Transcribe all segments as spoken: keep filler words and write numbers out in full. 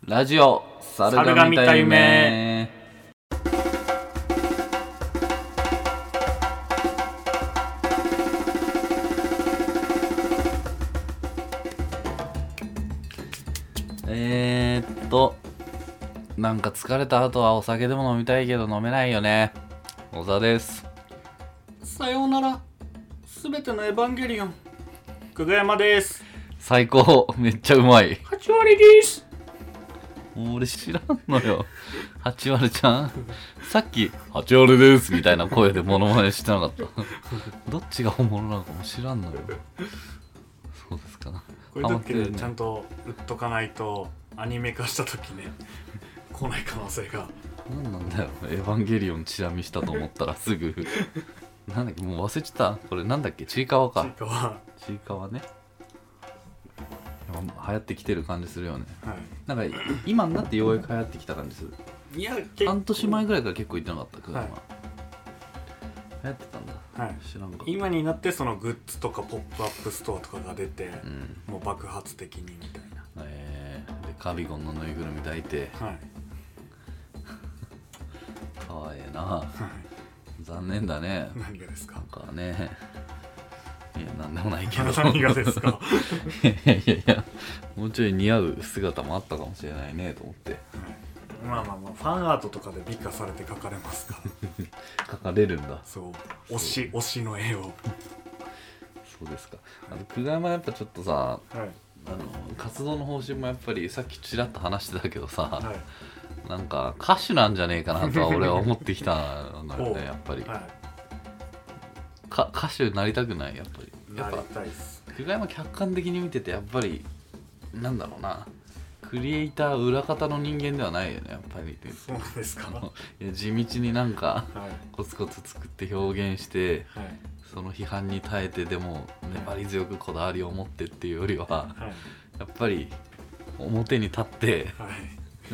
ラジオ猿が見た夢。えーっとなんか疲れた後はお酒でも飲みたいけど飲めないよね。小沢です。 さようならすべてのエヴァンゲリオン、久我山です。 最高、めっちゃうまい。 はち割です。 俺知らんのよ。はち割ちゃんさっきはち割ですみたいな声でモノマネしてなかったどっちが本物なのかも知らんのよ。そうですかな。 こういう時でちゃんと売っとかないとアニメ化した時ね来ない可能性が。 なんなんだよ、エヴァンゲリオンチラ見したと思ったらすぐなんだっけ、もう忘れちゃった。これなんだっけ、ちいかわか。 ちいかわちいかわね。流行ってきてる感じするよね、 はい、 なんか今になってようやく流行ってきた感じする。 いや半年前ぐらいから結構言ってなかった、はい、流行ってたんだ、 はい、 知らんかった。 今になってそのグッズとかポップアップストアとかが出て、 うん、 もう爆発的にみたいな、 えー、でカビゴンのぬいぐるみ抱いて、 はい、 かわいいな、はい、残念だね。 何がですか。 なんかね、いやなんでもないけど何がですかいやいやいや、もうちょい似合う姿もあったかもしれないねと思って、はい、 まあまあまあファンアートとかで美化されて描かれますから描かれるんだ。 そう推し推しの絵をそうですか。あの久我山やっぱちょっとさ、はい、あの活動の方針もやっぱりさっきちらっと話してたけどさ、はい、なんか歌手なんじゃねえかなとは俺は思ってきたんだよねやっぱり、はい、か歌手になりたくない。やっぱりやっぱ久我山客観的に見ててやっぱりなんだろうな、クリエイター裏方の人間ではないよねやっぱり。 そうですか。 いや地道になんか、はい、コツコツ作って表現して、はい、その批判に耐えてでも粘り強くこだわりを持ってっていうよりは、はい、やっぱり表に立って、はい、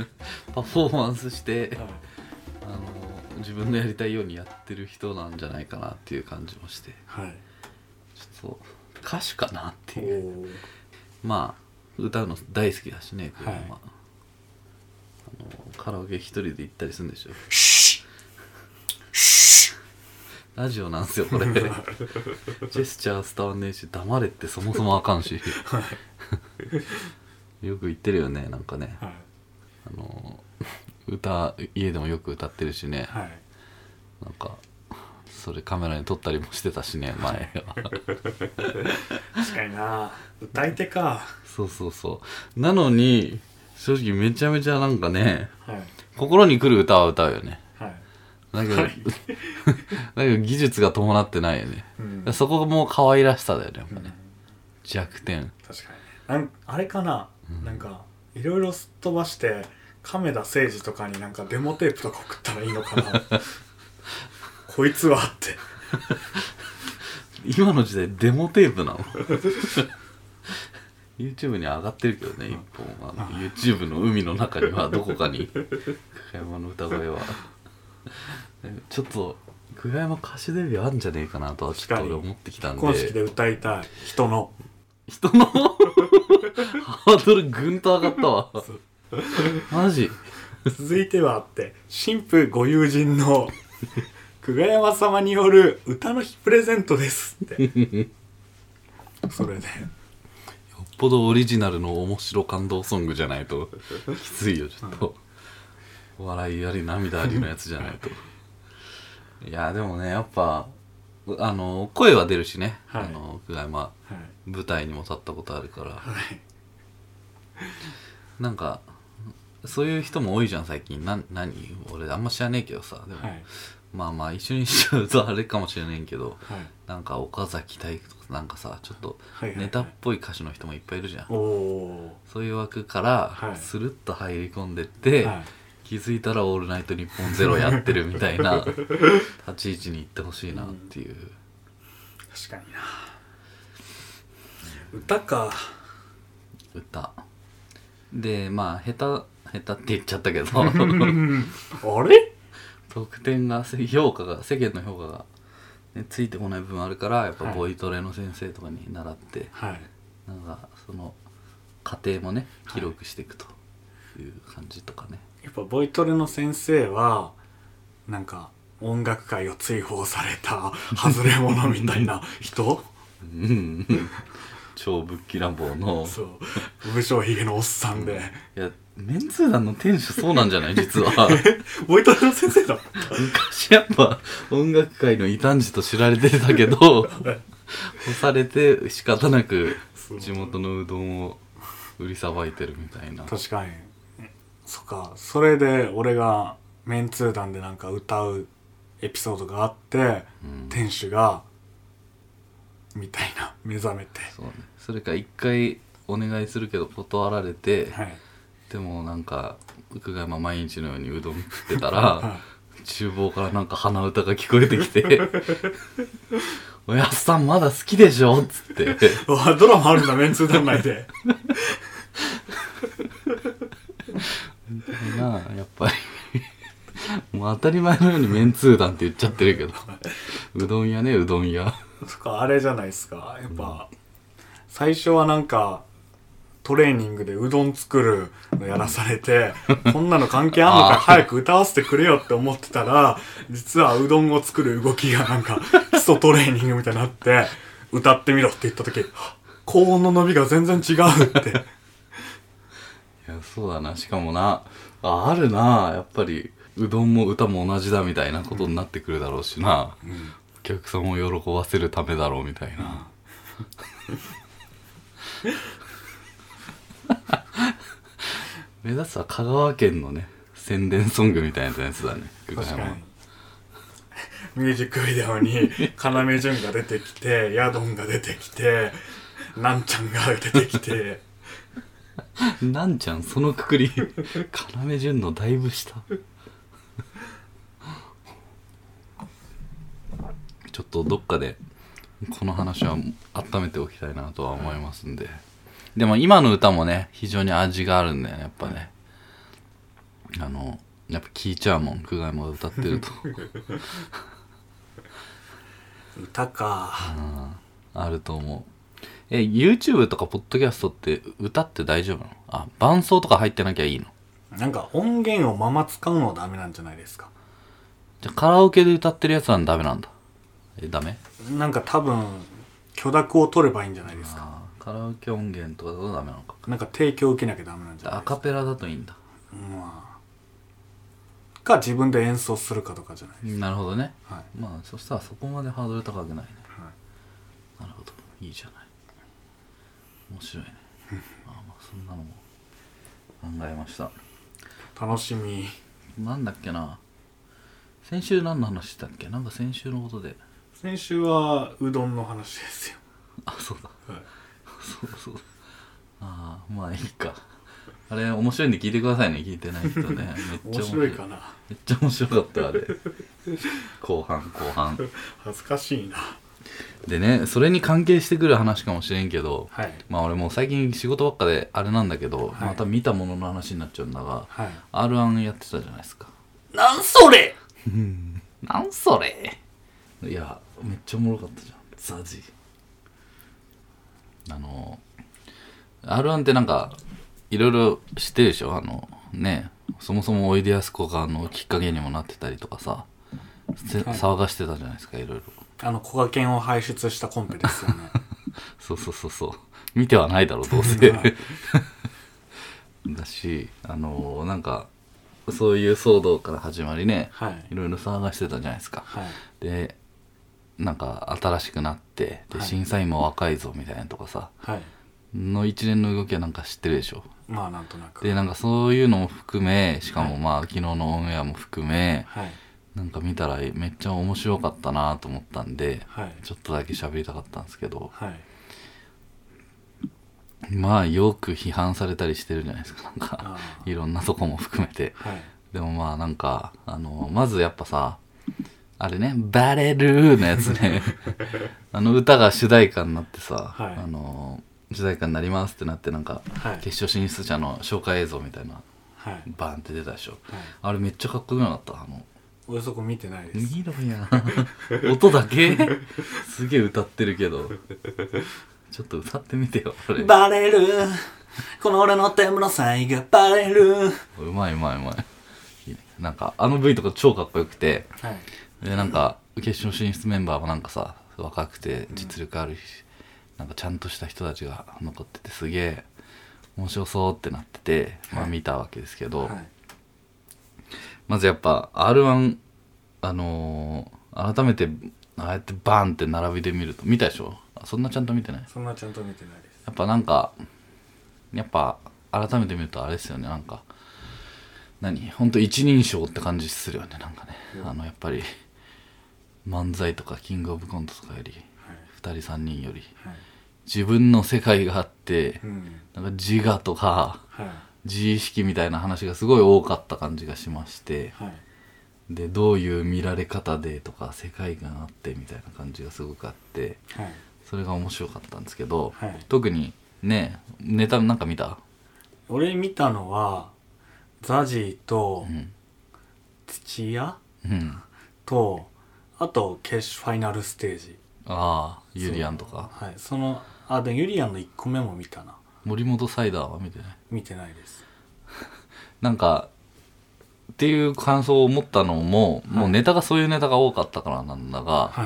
パフォーマンスして、はい、あの自分のやりたいようにやってる人なんじゃないかなっていう感じもして、はい、ちょっと歌手かなっていう。まあ歌うの大好きだしね、はい、まあ、あのカラオケ一人で行ったりするんでしょ。ラジオなんすよこれジェスチャー伝わんねえし黙れってそもそもあかんしよく言ってるよね、なんかね、はい、あの歌家でもよく歌ってるしね、はい、なんかそれカメラに撮ったりもしてたしね前は確かにな、歌い手か。そうそうそう。なのに正直めちゃめちゃなんかね、はい、心に来る歌は歌うよね、はい、だけど、はい、だけど技術が伴ってないよね、うん、そこも可愛らしさだよねやっぱね、うん、弱点。 確かになんあれかな、うん、なんかいろいろすっ飛ばして亀田誠治とかになんかデモテープとか送ったらいいのかなこいつはって今の時代デモテープなのYouTube に上がってるけどね、一本は YouTube の海の中にはどこかに久我山の歌声はちょっと久我山歌手デビューあるんじゃねえかなとはちょっと俺思ってきたんで、 結婚式で歌いたい人の人のハードルぐんと上がったわマジ。 続いてはって新婦ご友人の久我山様による歌の日プレゼントですってそれでよっぽどオリジナルの面白感動ソングじゃないときついよちょっと笑いあり涙ありのやつじゃないといやでもねやっぱあの声は出るしね、はい、あの久我山、はい、舞台にも立ったことあるから、はい、なんかそういう人も多いじゃん最近。な何俺あんま知らねえけどさ、でも、はい、まあまあ一緒にしちゃうとあれかもしれないけど、はい、なんか岡崎体育とかなんかさちょっとネタっぽい歌手の人もいっぱいいるじゃん、はいはいはい、そういう枠からスルッと入り込んでって、はい、気づいたらオールナイトニッポンゼロやってるみたいな立ち位置に行ってほしいなっていう、うん、 確かにな。歌か。 歌でまあ下手下手って言っちゃったけどあれ得点が評価が世間の評価が、ね、ついてこない部分あるからやっぱボイトレの先生とかに習って、はい、なんかその過程もね記録していくと、はいう感じとかね。 やっぱボイトレの先生はなんか音楽界を追放された外れ者みたいな人うん超ぶっきらぼうのそう武将ひげのおっさんで、 いやメンツー団の店主そうなんじゃない実はボイトレの先生だ昔やっぱ音楽界の異端児と知られてたけど干されて仕方なく地元のうどんを売りさばいてるみたいな。 確かにそっか。それで俺がメンツー団でなんか歌うエピソードがあって、うん、店主がみたいな目覚めて、 そうね、それか一回お願いするけど断られて、 はい、 でもなんか久我山毎日のようにうどん食ってたら、はい、厨房からなんか鼻歌が聞こえてきておやっさんまだ好きでしょっつってドラマあるんだメンツー団内でなあやっぱりもう当たり前のようにメンツー団って言っちゃってるけどうどん屋ねうどん屋そっか。あれじゃないですかやっぱ、うん、最初はなんかトレーニングでうどん作るのやらされてこんなの関係あんのか早く歌わせてくれよって思ってたら実はうどんを作る動きがなんか基礎トレーニングみたいになって歌ってみろって言った時高音の伸びが全然違うっていやそうだな。しかもな あ, あるなやっぱりうどんも歌も同じだみたいなことになってくるだろうしな、うん、お客さんを喜ばせるためだろうみたいな、うん目指すは香川県のね宣伝ソングみたいなやつだね。 確かにミュージックビデオに要潤が出てきてヤドンが出てきてなんちゃんが出てきてなんちゃんそのくくり要潤のだいぶ下ちょっとどっかでこの話は温めておきたいなとは思いますんで、でも今の歌もね非常に味があるんだよねやっぱね。あのやっぱ聴いちゃうもん久我山が歌ってると歌か、 うん、あると思う。え YouTube とかポッドキャストって歌って大丈夫なの？あ伴奏とか入ってなきゃいいの？ なんか音源をまま使うのはダメなんじゃないですか。 じゃあカラオケで歌ってるやつはダメなんだ。えダメ？ なんか多分許諾を取ればいいんじゃないですか。 カラオケ音源とかだとダメなのか。 なんか提供を受けなきゃダメなんじゃないですか。 アカペラだといいんだ。 まあか自分で演奏するかとかじゃないですか。 なるほどね、 はい、 まあそしたらそこまでハードル高くないね、 はい、 なるほどいいじゃない面白いねあまあそんなのも考えました。 楽しみ。 なんだっけな先週何の話したっけ。なんか先週のことで先週はうどんの話ですよ。 あそうだ、 はい、 そうそうああまあいいか。あれ面白いんで聞いてくださいね。聞いてない人ねめっちゃ面白いかな。 めっちゃ面白かったあれ後半後半恥ずかしいな。 でねそれに関係してくる話かもしれんけど、 はい、 まあ俺もう最近仕事ばっかであれなんだけど、 はい、 また見たものの話になっちゃうんだが、 はい、 アールワン やってたじゃないですか。 なんそれなんそれいやめっちゃおもろかったじゃんザジ。あの アールワン ってなんかいろいろ知ってるでしょ。あのねそもそもおいでやすこがのきっかけにもなってたりとかさ、はい、騒がしてたじゃないですかいろいろ。 あのコガケンを輩出したコンペですよねそうそうそうそう見てはないだろうどうせだしあのなんかそういう騒動から始まりね、はい、いろいろ騒がしてたじゃないですか、 はい、 でなんか新しくなってで、はい、審査員も若いぞみたいなとかさ、はい、の一連の動きはなんか知ってるでしょ。 まあなんとなくでなんかそういうのも含めしかもまあ、はい、昨日のオンエアも含め、 はい、 なんか見たらめっちゃ面白かったなと思ったんで、 はい、 ちょっとだけ喋りたかったんですけど、 はい、 まあよく批判されたりしてるじゃないですかなんかいろんなとこも含めて、 はい、 でもまあなんかあのまずやっぱさあれねバレルーのやつねあの歌が主題歌になってさ、 はい、 あの主題歌になりますってなってなんか、はい、決勝進出者の紹介映像みたいな、 はい、 バーンって出たでしょ、 はい、 あれめっちゃかっこよくなかった。あの俺そこ見てないです。 見ろや音だけすげえ歌ってるけどちょっと歌ってみてよそれ。 バレるこの俺の手の才がバレる。 うまいうまいうまい。いいね、なんかあの V とか超かっこよくて、はい、でなんか決勝進出メンバーもなんかさ若くて実力あるし、うん、なんかちゃんとした人たちが残っててすげえ面白そうってなってて、まあ見たわけですけど、はいはい、まずやっぱ アールワン あのー、改めてああやってバーンって並びで見ると見たでしょ。そんなちゃんと見てない。 そんなちゃんと見てないです。 やっぱなんかやっぱ改めて見るとあれですよね、なんか何ほんと一人称って感じするよね、なんかね、うん、あのやっぱり漫才とかキングオブコントとかより、はい、ふたりさんにんより、はい、自分の世界があって、うん、なんか自我とか、はい、自意識みたいな話がすごい多かった感じがしまして、はい、でどういう見られ方でとか世界があってみたいな感じがすごくあって、はい、それが面白かったんですけど、はい、特にねネタなんか見た？ 俺見たのはザジーと土屋、うん、とあと決勝ファイナルステージ。 ああユリアンとか。 はい、そのあでユリアンのいっこめも見たな。 森本サイダーは見てない？ 見てないです。 なんかっていう感想を持ったのも、はい、もうネタがそういうネタが多かったからなんだが、はい、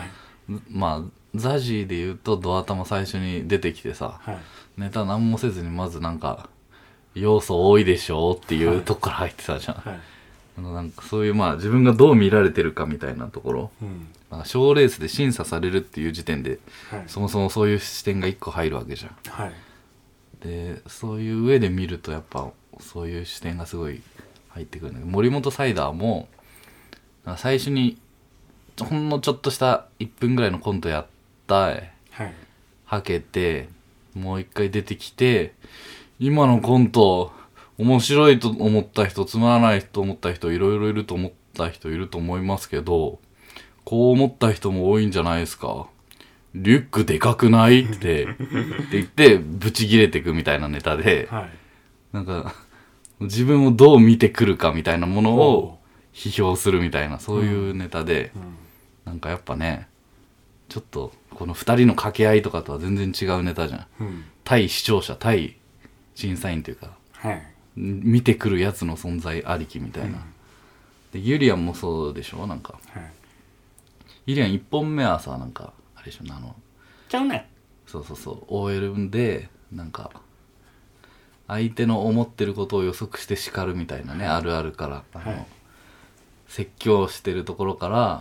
まあザジーで言うとドア玉最初に出てきてさ、はい、ネタ何もせずにまずなんか要素多いでしょっていうとこから入ってたじゃん、はいはい、あのなんかそういうまあ自分がどう見られてるかみたいなところ、うん、なんか賞レースで審査されるっていう時点で、はい、そもそもそういう視点がいっこ入るわけじゃん、はい、でそういう上で見るとやっぱそういう視点がすごい入ってくるんだけど、森本サイダーも最初にほんのちょっとしたいっぷんぐらいのコントやった、はい、はけてもう一回出てきて、今のコント面白いと思った人つまらないと思った人いろいろいると思った人いると思いますけど、こう思った人も多いんじゃないですか。リュックでかくないってって言ってブチギレてくみたいなネタで、はい、なんか自分をどう見てくるかみたいなものを批評するみたいなそういうネタで、うんうん、なんかやっぱねちょっとこのふたりの掛け合いとかとは全然違うネタじゃん、うん、対視聴者対審査員というか、はい、見てくるやつの存在ありきみたいな、うん、でユリアンもそうでしょ。なんか、はい、ユリアンいっぽんめはさなんかあれでしょ、あのちゃうねそうそうそう オーエル でなんか相手の思ってることを予測して叱るみたいなね、はい、あるあるからあの、はい、説教してるところから、はい、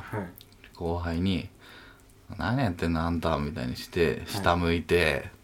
後輩に何やってんのあんたみたいにして下向いて、はい、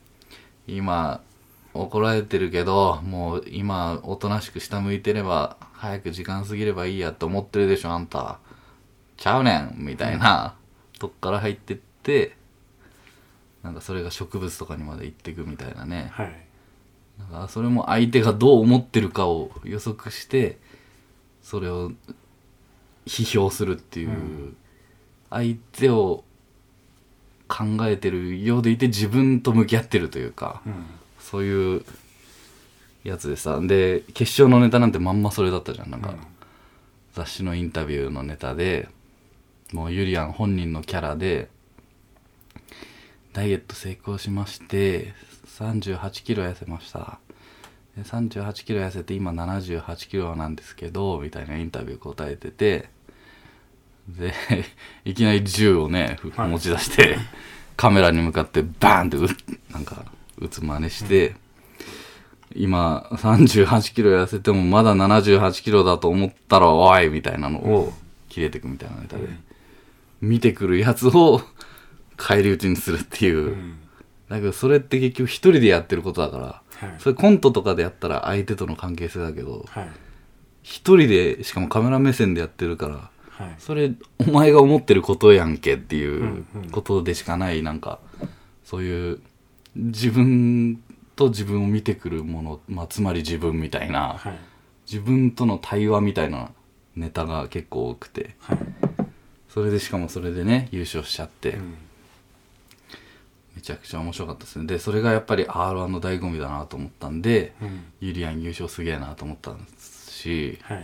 今怒られてるけどもう今おとなしく下向いてれば早く時間過ぎればいいやって思ってるでしょあんたちゃうねんみたいな、うん、とこから入ってってなんかそれが植物とかにまで行ってくみたいなね、はい、なんかそれも相手がどう思ってるかを予測してそれを批評するっていう、うん、相手を考えてるようでいて自分と向き合ってるというか、うん、そういうやつでさ、で決勝のネタなんてまんまそれだったじゃん。なんか、うん、雑誌のインタビューのネタでもうユリアン本人のキャラでダイエット成功しましてさんじゅうはちキロ痩せました、でさんじゅうはちキロ痩せて今ななじゅうはちキロなんですけどみたいなインタビュー答えてて、でいきなり銃をね持ち出して、はい、カメラに向かってバーンってうなんか撃つ真似して、うん、今さんじゅうはちキロ痩せてもまだななじゅうはちキロだと思ったらおいみたいなのを切れてくみたいなネタで、うん、見てくるやつを返り討ちにするっていう、うん、だけどそれって結局一人でやってることだから、はい、それコントとかでやったら相手との関係性だけど、はい、一人でしかもカメラ目線でやってるから、はい、それお前が思ってることやんけっていうことでしかない、なんかそういう自分と自分を見てくるもの、まあ、つまり自分みたいな、はい、自分との対話みたいなネタが結構多くて、はい、それでしかもそれでね優勝しちゃって、うん、めちゃくちゃ面白かったですね。でそれがやっぱり アールワン の醍醐味だなと思ったんで、うん、ユリアン優勝すげえなと思ったんですし、はい、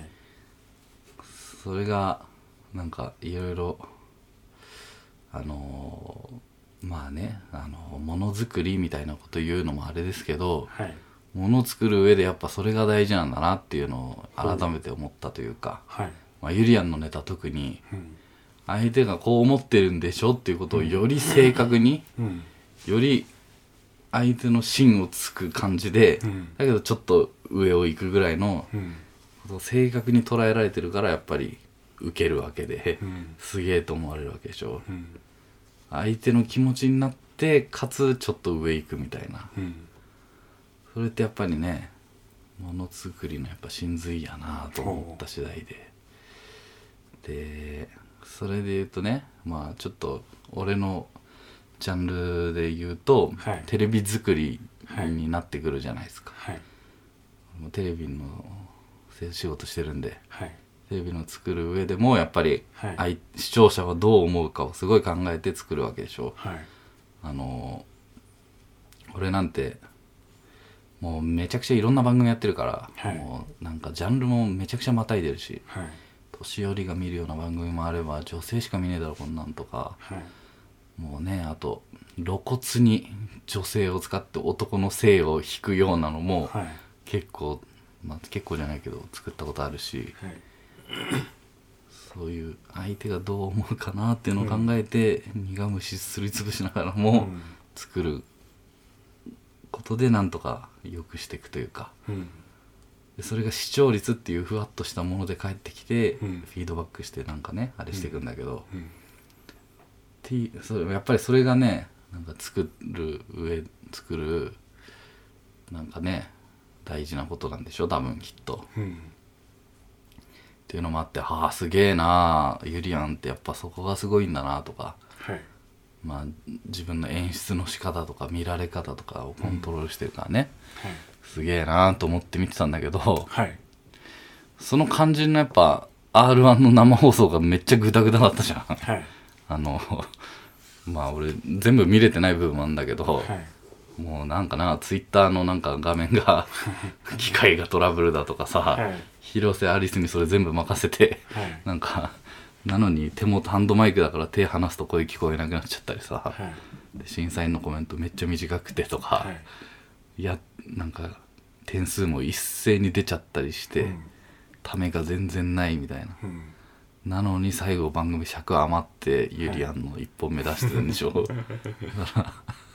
それがなんかいろいろあのまあねあのものづくりみたいなこと言うのもあれですけど、 はい、 もの作る上でやっぱそれが大事なんだなっていうのを改めて思ったというか、 はい、 まあ、ユリアンのネタ特に、 うん、 相手がこう思ってるんでしょっていうことをより正確に、 うん、 より相手の芯をつく感じで、うん、だけどちょっと上を行くぐらいのことを正確に捉えられてるからやっぱり受けるわけで、うん、すげえと思われるわけでしょ、うん、相手の気持ちになってかつちょっと上行くみたいな、うん、それってやっぱりねものづくりのやっぱ真髄やなと思った次第で、でそれで言うとねまあちょっと俺のジャンルで言うと、はい、テレビ作りになってくるじゃないですか、はい、テレビの仕事してるんで、はい、テレビの作る上でもやっぱり、はい、視聴者はどう思うかをすごい考えて作るわけでしょ、はい、あの俺なんてもうめちゃくちゃいろんな番組やってるから、はい、もうなんかジャンルもめちゃくちゃまたいでるし、はい、年寄りが見るような番組もあれば女性しか見ねえだろこんなんとか、はい、もうねあと露骨に女性を使って男の性を引くようなのも、はい、結構まあ結構じゃないけど作ったことあるし、はい、そういう相手がどう思うかなっていうのを考えて、うん、苦虫すりつぶしながらも作ることでなんとか良くしていくというか、うん、でそれが視聴率っていうふわっとしたもので返ってきて、うん、フィードバックしてなんかねあれしていくんだけど、うんうん、それやっぱりそれがねなんか作る上作るなんかね大事なことなんでしょ多分きっと、うん、っていうのもあってはあすげえなユリアンってやっぱそこがすごいんだなとか、はい、まあ自分の演出の仕方とか見られ方とかをコントロールしてるからね、うんはい、すげえなと思って見てたんだけど、はい、その肝心のやっぱ アールワン の生放送がめっちゃグダグダだったじゃん、はい、あのまあ俺全部見れてない部分もあるんだけど、はい、もうなんかなツイッターのなんか画面が機械がトラブルだとかさ、はい、広瀬アリスにそれ全部任せて、はい、なんかなのに手元ハンドマイクだから手離すと声聞こえなくなっちゃったりさ、はい、で審査員のコメントめっちゃ短くてとか、はい、いやなんか点数も一斉に出ちゃったりして、うん、ためが全然ないみたいな、うんなのに最後番組尺余ってユリアンのいっぽんめ出してるんでしょ、はい、だから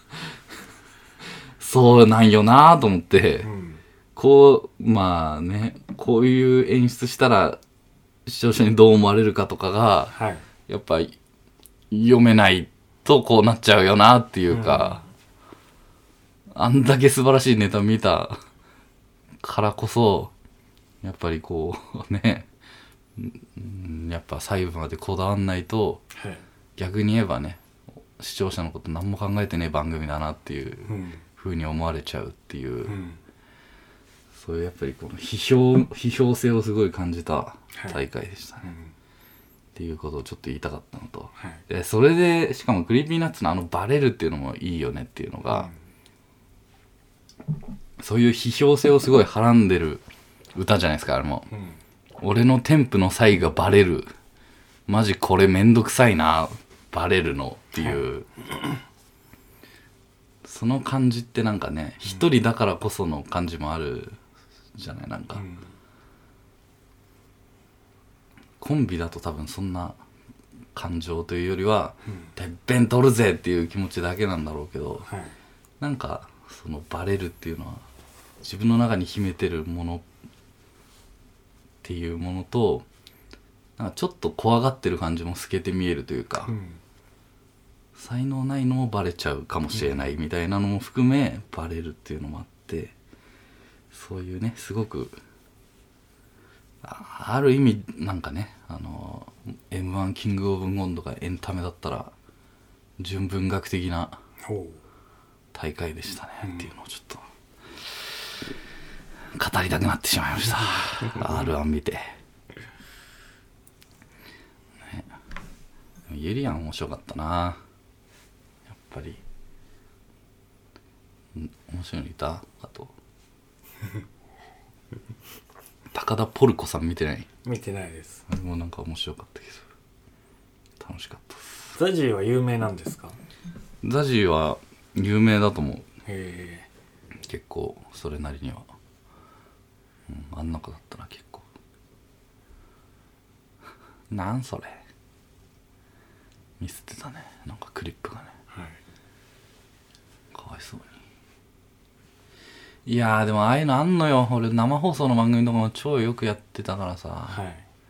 そうなんよなと思って、うん、こうまあねこういう演出したら視聴者にどう思われるかとかが、はい、やっぱ読めないとこうなっちゃうよなっていうか、うん、あんだけ素晴らしいネタ見たからこそやっぱりこうねやっぱ細部までこだわんないと、はい、逆に言えばね視聴者のこと何も考えてねえ番組だなっていう風に思われちゃうっていう、うん、そういうやっぱりこの批評批評性をすごい感じた大会でしたね、はいうん、っていうことをちょっと言いたかったのと、はい、でそれでしかもクリーピーナッツのあのバレるっていうのもいいよねっていうのが、うん、そういう批評性をすごいはらんでる歌じゃないですかあれも、うん俺の添付の際がバレるマジこれめんどくさいなバレるのっていう、はい、その感じってなんかね一、うん、人だからこその感じもあるじゃないなんか、うん、コンビだと多分そんな感情というよりは、うん、てっぺん取るぜっていう気持ちだけなんだろうけど、はい、なんかそのバレるっていうのは自分の中に秘めてるものっていうものとなんかちょっと怖がってる感じも透けて見えるというか、うん、才能ないのもバレちゃうかもしれないみたいなのも含めバレるっていうのもあってそういうねすごく あ, ある意味なんかねあの エムワン キングオブモンドがエンタメだったら純文学的な大会でしたね、うん、っていうのをちょっと語りたくなってしまいましたアールワン 見て、ね、ユリアン面白かったなやっぱり面白いのいたあと高田ポルコさん見てない？ 見てないです。 あれもなんか面白かったけど楽しかったです。 ザジーは有名なんですか？ ザジーは有名だと思う。 へえ。 結構それなりには、うん、あんな子だったな結構。なんそれミスってたね、なんかクリップがね、 はい、 かわいそうに。いやーでもああいうのあんのよ。俺生放送の番組とかも超よくやってたからさ、はい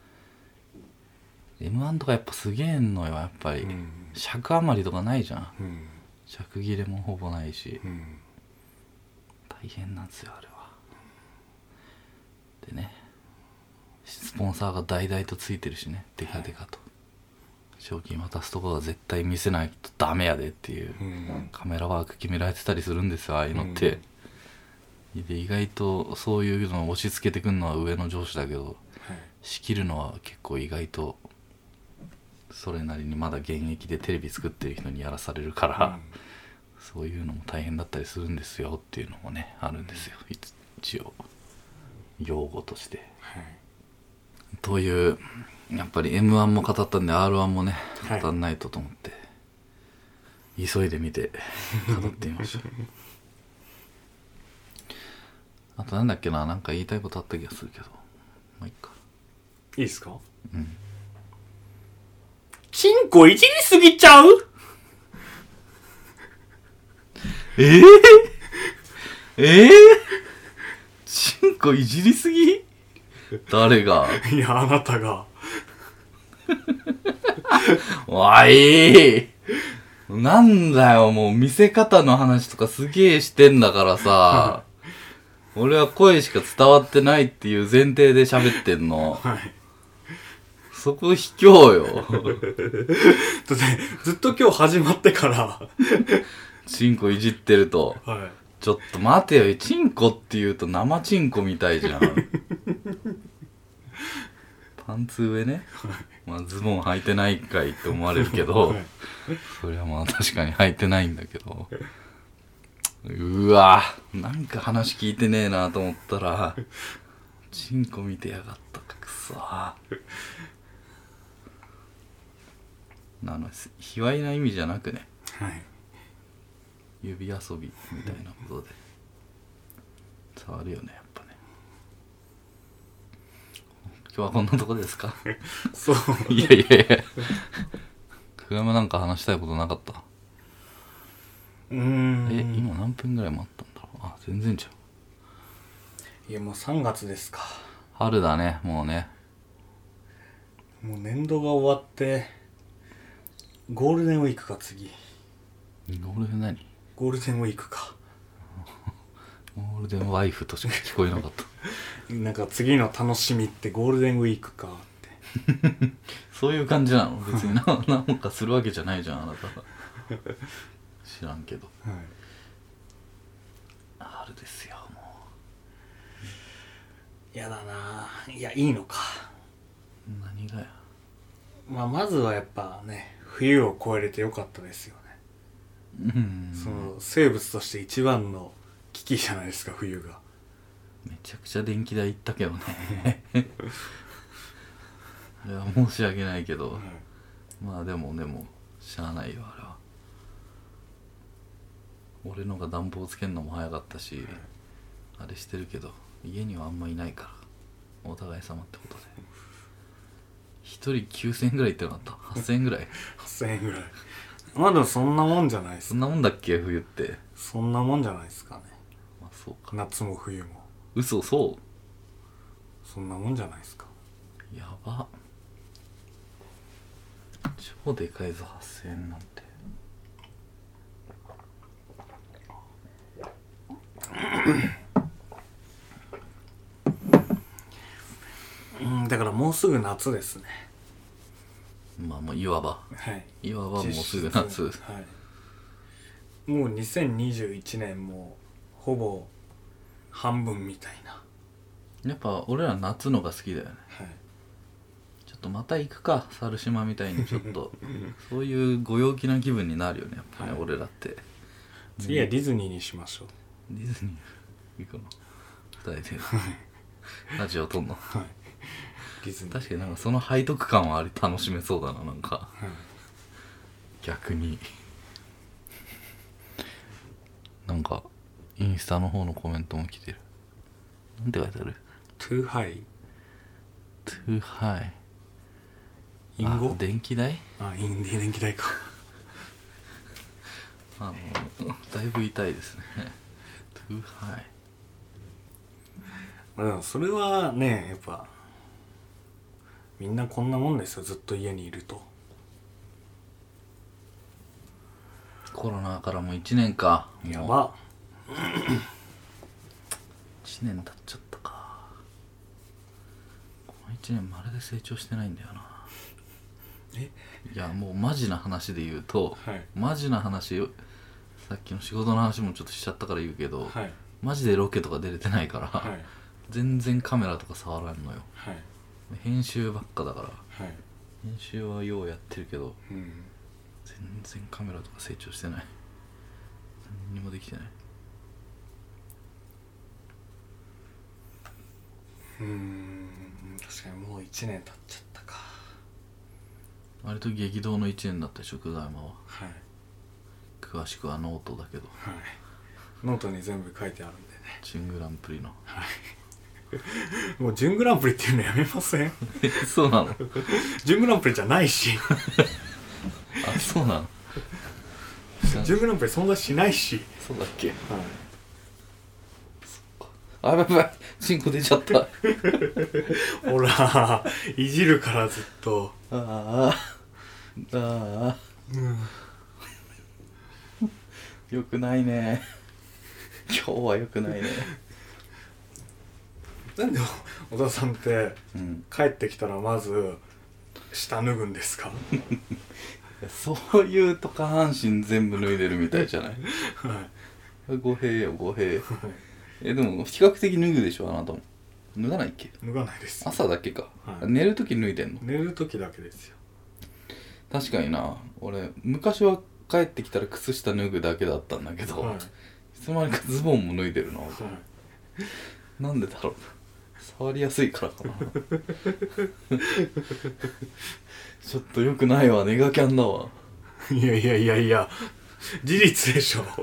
、エムワン とかやっぱすげえんのよやっぱり、うん、尺余りとかないじゃん、うん、尺切れもほぼないし、うん、大変なんですよあれは。でね、スポンサーが大々とついてるしね、デカデカと、はい、賞金渡すところは絶対見せないとダメやでっていう、うん、カメラワーク決められてたりするんですよああいうのって、うん、で意外とそういうのを押し付けてくるのは上の上司だけど、はい、仕切るのは結構意外とそれなりにまだ現役でテレビ作ってる人にやらされるから、うん、そういうのも大変だったりするんですよっていうのもねあるんですよ、うん、一応用語として、はい、というやっぱり エムワン も語ったんで アールワン もね語んないとと思って、はい、急いで見て語ってみましたあとなんだっけな、なんか言いたいことあった気がするけど、まあいいか。 いいっすか？ うん。 チンコいじりすぎちゃう？ えー、えー、チンコいじりすぎ？誰が？ いやあなたがおいなんだよ、もう見せ方の話とかすげえしてんだからさ俺は声しか伝わってないっていう前提で喋ってんの、はい、そこ卑怯よだってずっと今日始まってからチンコいじってると、はい、ちょっと待てよ、チンコって言うと生チンコみたいじゃんパンツ上ね、まあズボン履いてないかいって思われるけど、はい、それはまあ確かに履いてないんだけど、うわなんか話聞いてねえなと思ったらチンコ見てやがったか、くそあの卑猥な意味じゃなくね、はい、指遊びみたいなことで触るよねやっぱね。今日はこんなとこですかそういやいやいや久山なんか話したいことなかった？ うーんえ今何分ぐらい待ったんだろう。あ全然じゃん。いやもうさんがつですか。 春だねもうね。 もう年度が終わってゴールデンウィークか次。 ゴールデン何？ ゴールデンウィークかゴールデンワイフとしか聞こえなかったなんか次の楽しみってゴールデンウィークかってそういう感じなの？別に何なんかするわけじゃないじゃんあなた知らんけど、はい、春ですよもう。やだな。いやいいのか。 何がや。 まあまずはやっぱね冬を越えれてよかったですよね。うん。その生物として一番の危機じゃないですか冬が。 めちゃくちゃ電気代いったけどねあれは申し訳ないけど、はい、まあでもでもしゃあないよあれは。俺のが暖房つけるのも早かったし、はい、あれしてるけど家にはあんまいないからお互い様ってことで一人きゅうせんえんぐらいいってなかった？はっせんえんぐらいはっせんえんぐらい。まあでもそんなもんじゃないですか。 そんなもんだっけ冬って。 そんなもんじゃないですかね。 まあそうか。 夏も冬も。 嘘そうそんなもんじゃないですか。 やば超でかいぞはっせんえんなんてうんだからもうすぐ夏ですね。 まあもういわば、 はい、 いわばもうすぐ夏、はい、 もうにせんにじゅういちねんもほぼ半分みたいな。 やっぱ俺ら夏のが好きだよね、はい、ちょっとまた行くか猿島みたいにちょっとそういうご陽気な気分になるよねやっぱね、はい、俺らって次はディズニーにしましょう。 ディズニー行くのふたりでラジオ撮んの、はい、ディズニー確かになんかその背徳感はあり楽しめそうだななんか、はい、逆になんかインスタの方のコメントも来てる。なんて書いてある？ too high too high 隠語？ あ、電気代？ あ、インディ電気代かあのだいぶ痛いですねtoo high。 まあでもそれはねやっぱみんなこんなもんですよ、ずっと家にいると。 コロナからもういちねんか。 やばいちねん経っちゃったか。このいちねんまるで成長してないんだよな。 えいやもうマジな話で言うと、 はい、 マジな話をさっきの仕事の話もちょっとしちゃったから言うけど、 はい、 マジでロケとか出れてないから、 はい、 全然カメラとか触らんのよ。 はい、 編集ばっかだから、 はい、 編集はようやってるけど、 うん、 全然カメラとか成長してない。何にもできてない。 うーん、確かにもういちねん経っちゃったか。 割と激動のいちねんだったでしょ、久我山は。 はい、 詳しくはノートだけど、 はい、ノートに全部書いてあるんでね。 準グランプリのもう準グランプリっていうのやめませんえそうなの？ 準グランプリじゃないしあ、そうなの？ 準グランプリ存在しないし。 そうだっけ？ はい、 あ、やばいやばい、チンコ出ちゃった。 ほらいじるからずっと。 ああああ、 うん、 よくないね。今日はよくないね。 なんで小田さんって、 うん、 帰ってきたらまず下脱ぐんですか？ そういうと下半身全部脱いでるみたいじゃない？ はい、 語弊よ語弊。えでも比較的脱ぐでしょ、あなたも。脱がないっけ？ 脱がないです。 朝だけか、 はい、 寝るとき脱いでんの？ 寝る時だけですよ。 確かにな。俺昔は帰ってきたら靴下脱ぐだけだったんだけど、 はい、 いつの間にかズボンも脱いでるな、 はい、 なんでだろう。触りやすいからかな。ちょっとよくないわ、ネガキャンだわ。 いやいやいやいや事実でしょ。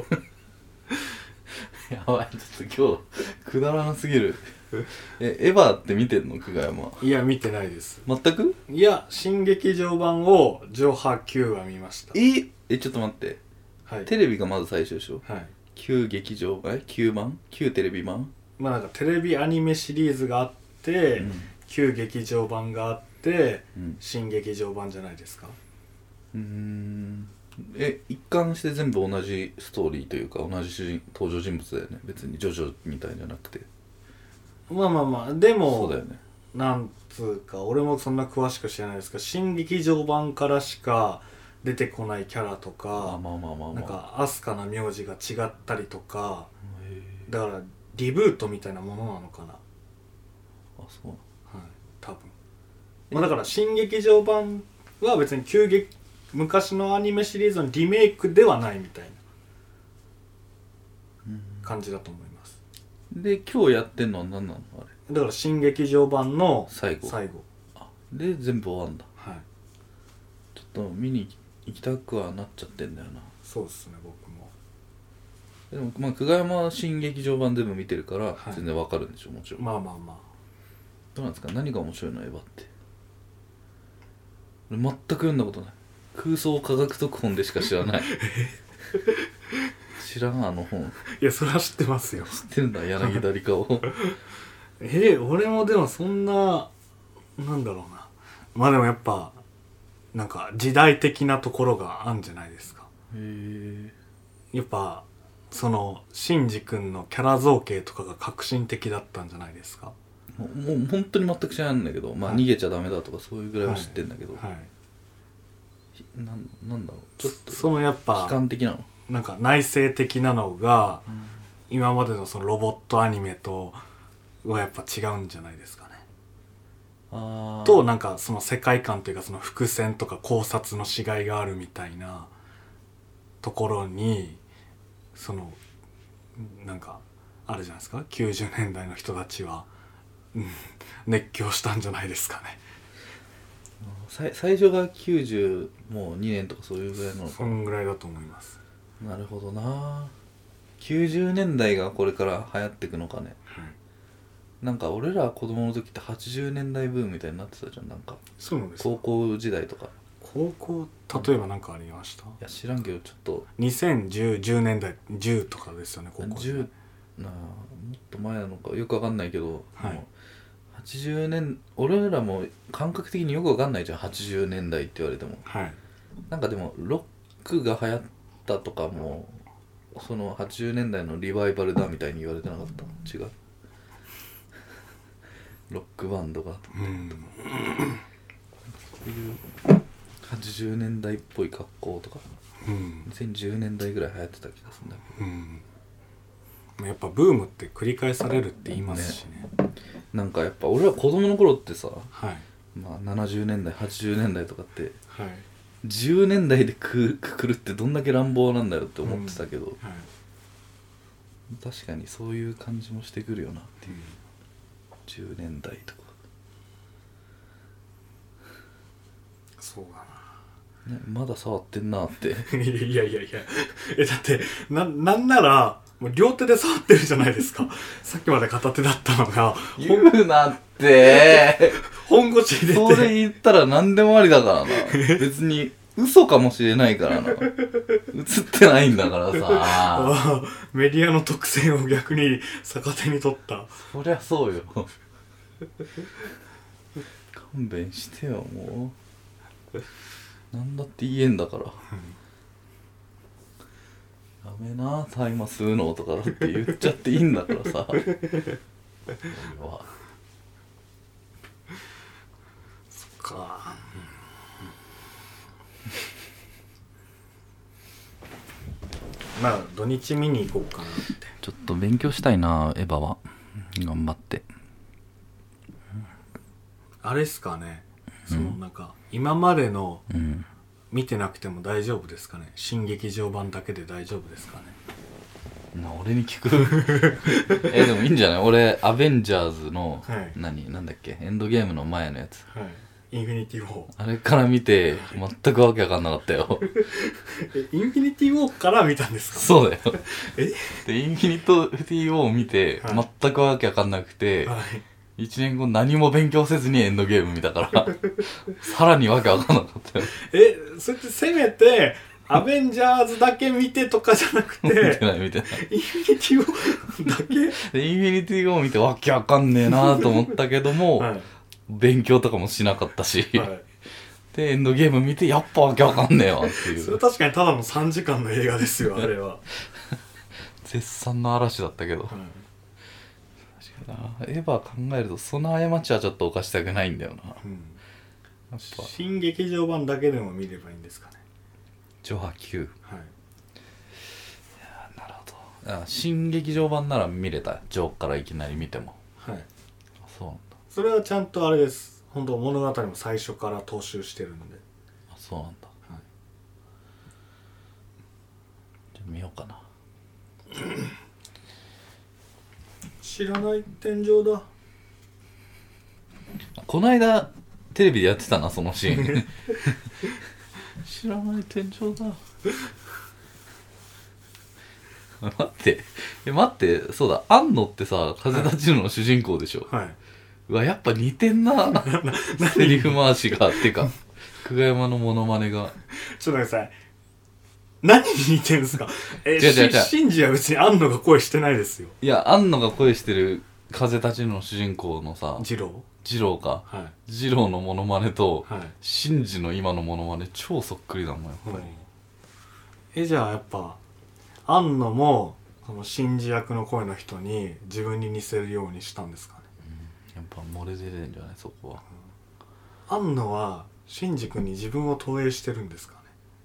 やばい、ちょっと今日くだらなすぎる。え、エヴァって見てんの、久我山？ いや見てないです。 全く？ いや新劇場版を上波きゅうは見ました。 ええ、ちょっと待って、 はい、 テレビがまず最初でしょ？ はい、 旧劇場え旧版旧テレビ版。 まあなんかテレビアニメシリーズがあって、 うん、 旧劇場版があって、 うん、 新劇場版じゃないですか。 うーん、え一貫して全部同じストーリーというか同じ主人登場人物だよね、別にジョジョみたいじゃなくて。 まあまあまあでもそうだよね。 なんつうか俺もそんな詳しく知らないですけど、新劇場版からしか出てこないキャラとか、 あ、まあまあまあまあ、 なんかアスカの名字が違ったりとか、 へえ、 だからリブートみたいなものなのかな。 あ、そう。 はい、多分。まあだから新劇場版は別に旧劇昔のアニメシリーズのリメイクではないみたいな感じだと思います。 で今日やってんのは何なのあれ？ だから新劇場版の最後。 最後。 あ、で全部終わんだ。 はい。 ちょっと見に行きたくはなっちゃってんだよな。 そうですね、僕も。 でもまあ久我山は新劇場版全部見てるから、 はい、 全然わかるんでしょ、もちろん。 まあまあまあ。 どうなんですか、何が面白いのエヴァって？俺全く読んだことない。空想科学特本でしか知らない。知らん、あの本。 いやそれは知ってますよ。 知ってるんだ、柳田理香を。 えー、俺もでもそんななんだろうな。まあでもやっぱなんか時代的なところがあるんじゃないですか。 へえ。 やっぱそのシンジ君のキャラ造形とかが革新的だったんじゃないですか。 もうもう本当に全く知らないんだけど、まあ、 はい、 逃げちゃダメだとかそういうぐらいは知ってんだけど、 はいはい、 なんなんだろう、ちょっとそのやっぱ悲観的なの。 なんか内省的なのが、 うん、 今までのそのロボットアニメとはやっぱ違うんじゃないですかね。 あとなんかその世界観というかその伏線とか考察のしがいがあるみたいなところにそのなんかあるじゃないですか。きゅうじゅうねんだいの人たちは、うん、熱狂したんじゃないですかね。 最最初がきゅうじゅうもうにねんとかそういうぐらいの。 そんぐらいだと思います。 なるほどな。 きゅうじゅうねんだいがこれから流行ってくのかね、 はい、 なんか俺ら子供の時ってはちじゅうねんだいブームみたいになってたじゃん。なんかそうなんですか。 高校時代とか。 高校例えば何かありました？いや知らんけどちょっとにせんじゅう、じゅうねんだいじゅうとかですよね、高校じゅうなあ、もっと前なのかよくわかんないけど、 はい、 もうはちじゅうねん俺らも感覚的によくわかんないじゃん、はちじゅうねんだいって言われても。 はい、 なんかでもロックが流行ったとかもそのはちじゅうねんだいのリバイバルだみたいに言われてなかった？違うロックバンドがうん、 そういうはちじゅうねんだいっぽい格好とか、うん、にせんじゅうねんだいぐらい流行ってた気がするんだけど、 うん、やっぱブームって繰り返されるって言いますしね。 なんかやっぱ俺ら子供の頃ってさ、 はい、 まあ、ななじゅうねんだいはちじゅうねんだいとかって、 はい、 じゅうねんだいでくくくるってどんだけ乱暴なんだよって思ってたけど、うん、はい、確かにそういう感じもしてくるよなっていう、うん、じゅうねんだいとかそうだな、ね、まだ触ってんなっていやいやいやえだってななんならもう両手で触ってるじゃないですかさっきまで片手だったのが言うなって本腰入れてそれ言ったら何でもありだからな別に嘘かもしれないからな映ってないんだからさメディアの特性を逆に逆手に取った。 そりゃそうよ勘弁してよもうなんだって言えんだから、うん、やめな大麻吸うのとかだって言っちゃっていいんだからさ俺はそっか、うん、まあ土日見に行こうかなって。 ちょっと勉強したいなエヴァは頑張って。 あれっすかね、そのなんか今までの見てなくても大丈夫ですかね、新劇場版だけで大丈夫ですかね。 な俺に聞くえでもいいんじゃない？俺アベンジャーズの、 はい、 何なんだっけエンドゲームの前のやつ、 はい、インフィニティウォーあれから見て全くわけわかんなかったよえインフィニティウォーから見たんですか？ そうだよえでインフィニティウォーを見て、はい、全くわけわかんなくて、はい、いちねんご何も勉強せずにエンドゲーム見たからさらにわけわかんなかったよえそれってせめてアベンジャーズだけ見てとかじゃなくて見てない見てないインフィニティウォーだけでインフィニティウォー見てわけわかんねえなと思ったけども、はい、勉強とかもしなかったし、はい、でエンドゲーム見てやっぱわけわかんねえわっていうそれ確かにただのさんじかんの映画ですよあれは絶賛の嵐だったけど、はい、確かになエヴァ考えるとその過ちはちょっと犯したくないんだよな、うん、 やっぱ新劇場版だけでも見ればいいんですかね。 ジョハきゅう、 はい、いやなるほど。あ新劇場版なら見れた。ジョーからいきなり見ても。 はい。 そうなんだ。 それはちゃんとあれです。本当物語も最初から踏襲してるんで。 あそうなんだ。はい。じゃあ見ようかな。 知らない天井だ。 こないだテレビでやってたなそのシーン。知らない天井だ待ってえ待ってそうだ安野ってさ風立ちぬの主人公でしょ、 はい、 うわやっぱ似てんなセリフ回しがっていうか久我山のモノマネがちょっと待ってください何に似てんすかえ違う違う違うシンジは別に安野が声してないですよ。 いや安野が声してる風立ちぬの主人公のさ二郎二郎か、はい、二郎のモノマネと、はい、シンジの今のモノマネ超そっくりだもんやっぱり、うん、 えじゃあやっぱ庵野もそのシンジ役の声の人に自分に似せるようにしたんですかね、 うん、やっぱ漏れ出てるんじゃないそこは、 うん、庵野はシンジ君に自分を投影してるんですかね。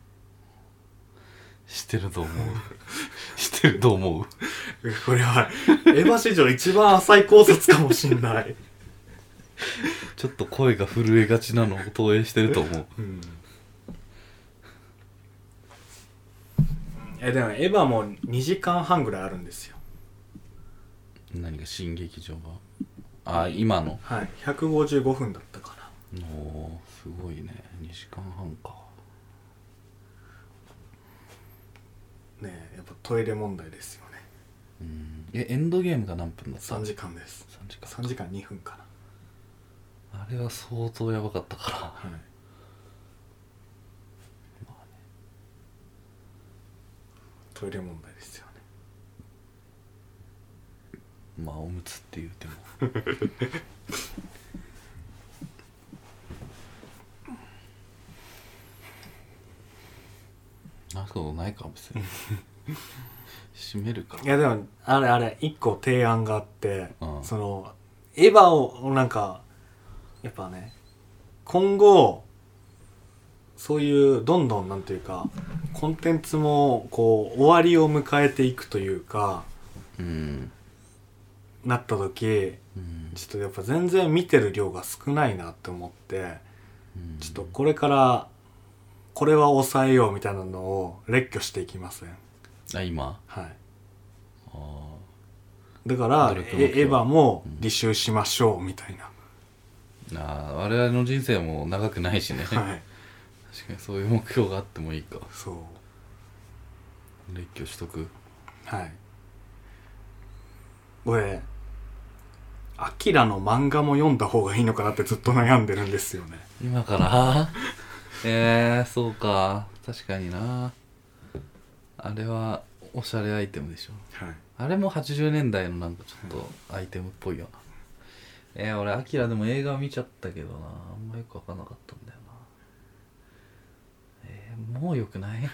してると思うしてると思うこれはエヴァ史上一番浅い考察かもしんないちょっと声が震えがちなのを投影してると思う、うん、 えでもエヴァもにじかんはんぐらいあるんですよ。 何が新劇場があ今のはいひゃくごじゅうごふんだったかな。 おーすごいねにじかんはんかねえやっぱトイレ問題ですよね。 うん。えエンドゲームが何分だった？ さんじかんです。 さんじかんさんじかんにふんかな。あれは相当やばかったから、 はい、まあね、トイレ問題ですよね。 まあおむつって言うてもなことないか別に閉めるか。 いやでもあれあれ一個提案があって、 うん、 そのエヴァをなんかやっぱね今後そういうどんどんなんていうかコンテンツもこう終わりを迎えていくというか、 うん、 なった時、うん、ちょっとやっぱ全然見てる量が少ないなって思って、うん、ちょっとこれからこれは抑えようみたいなのを列挙していきません？ あ今？ はい。 あだからエヴァも履修しましょうみたいな、うん、あ我々の人生も長くないしね、はい、確かにそういう目標があってもいいか。 そう列挙しとく。 はい。俺アキラの漫画も読んだ方がいいのかなってずっと悩んでるんですよね。 今からえー、そうか確かにな。あれはおしゃれアイテムでしょ、はい、あれもはちじゅうねんだいのなんかちょっとアイテムっぽいよな、はい、えー、俺アキラでも映画見ちゃったけどなあんまよく分かんなかったんだよな。えー、もうよくない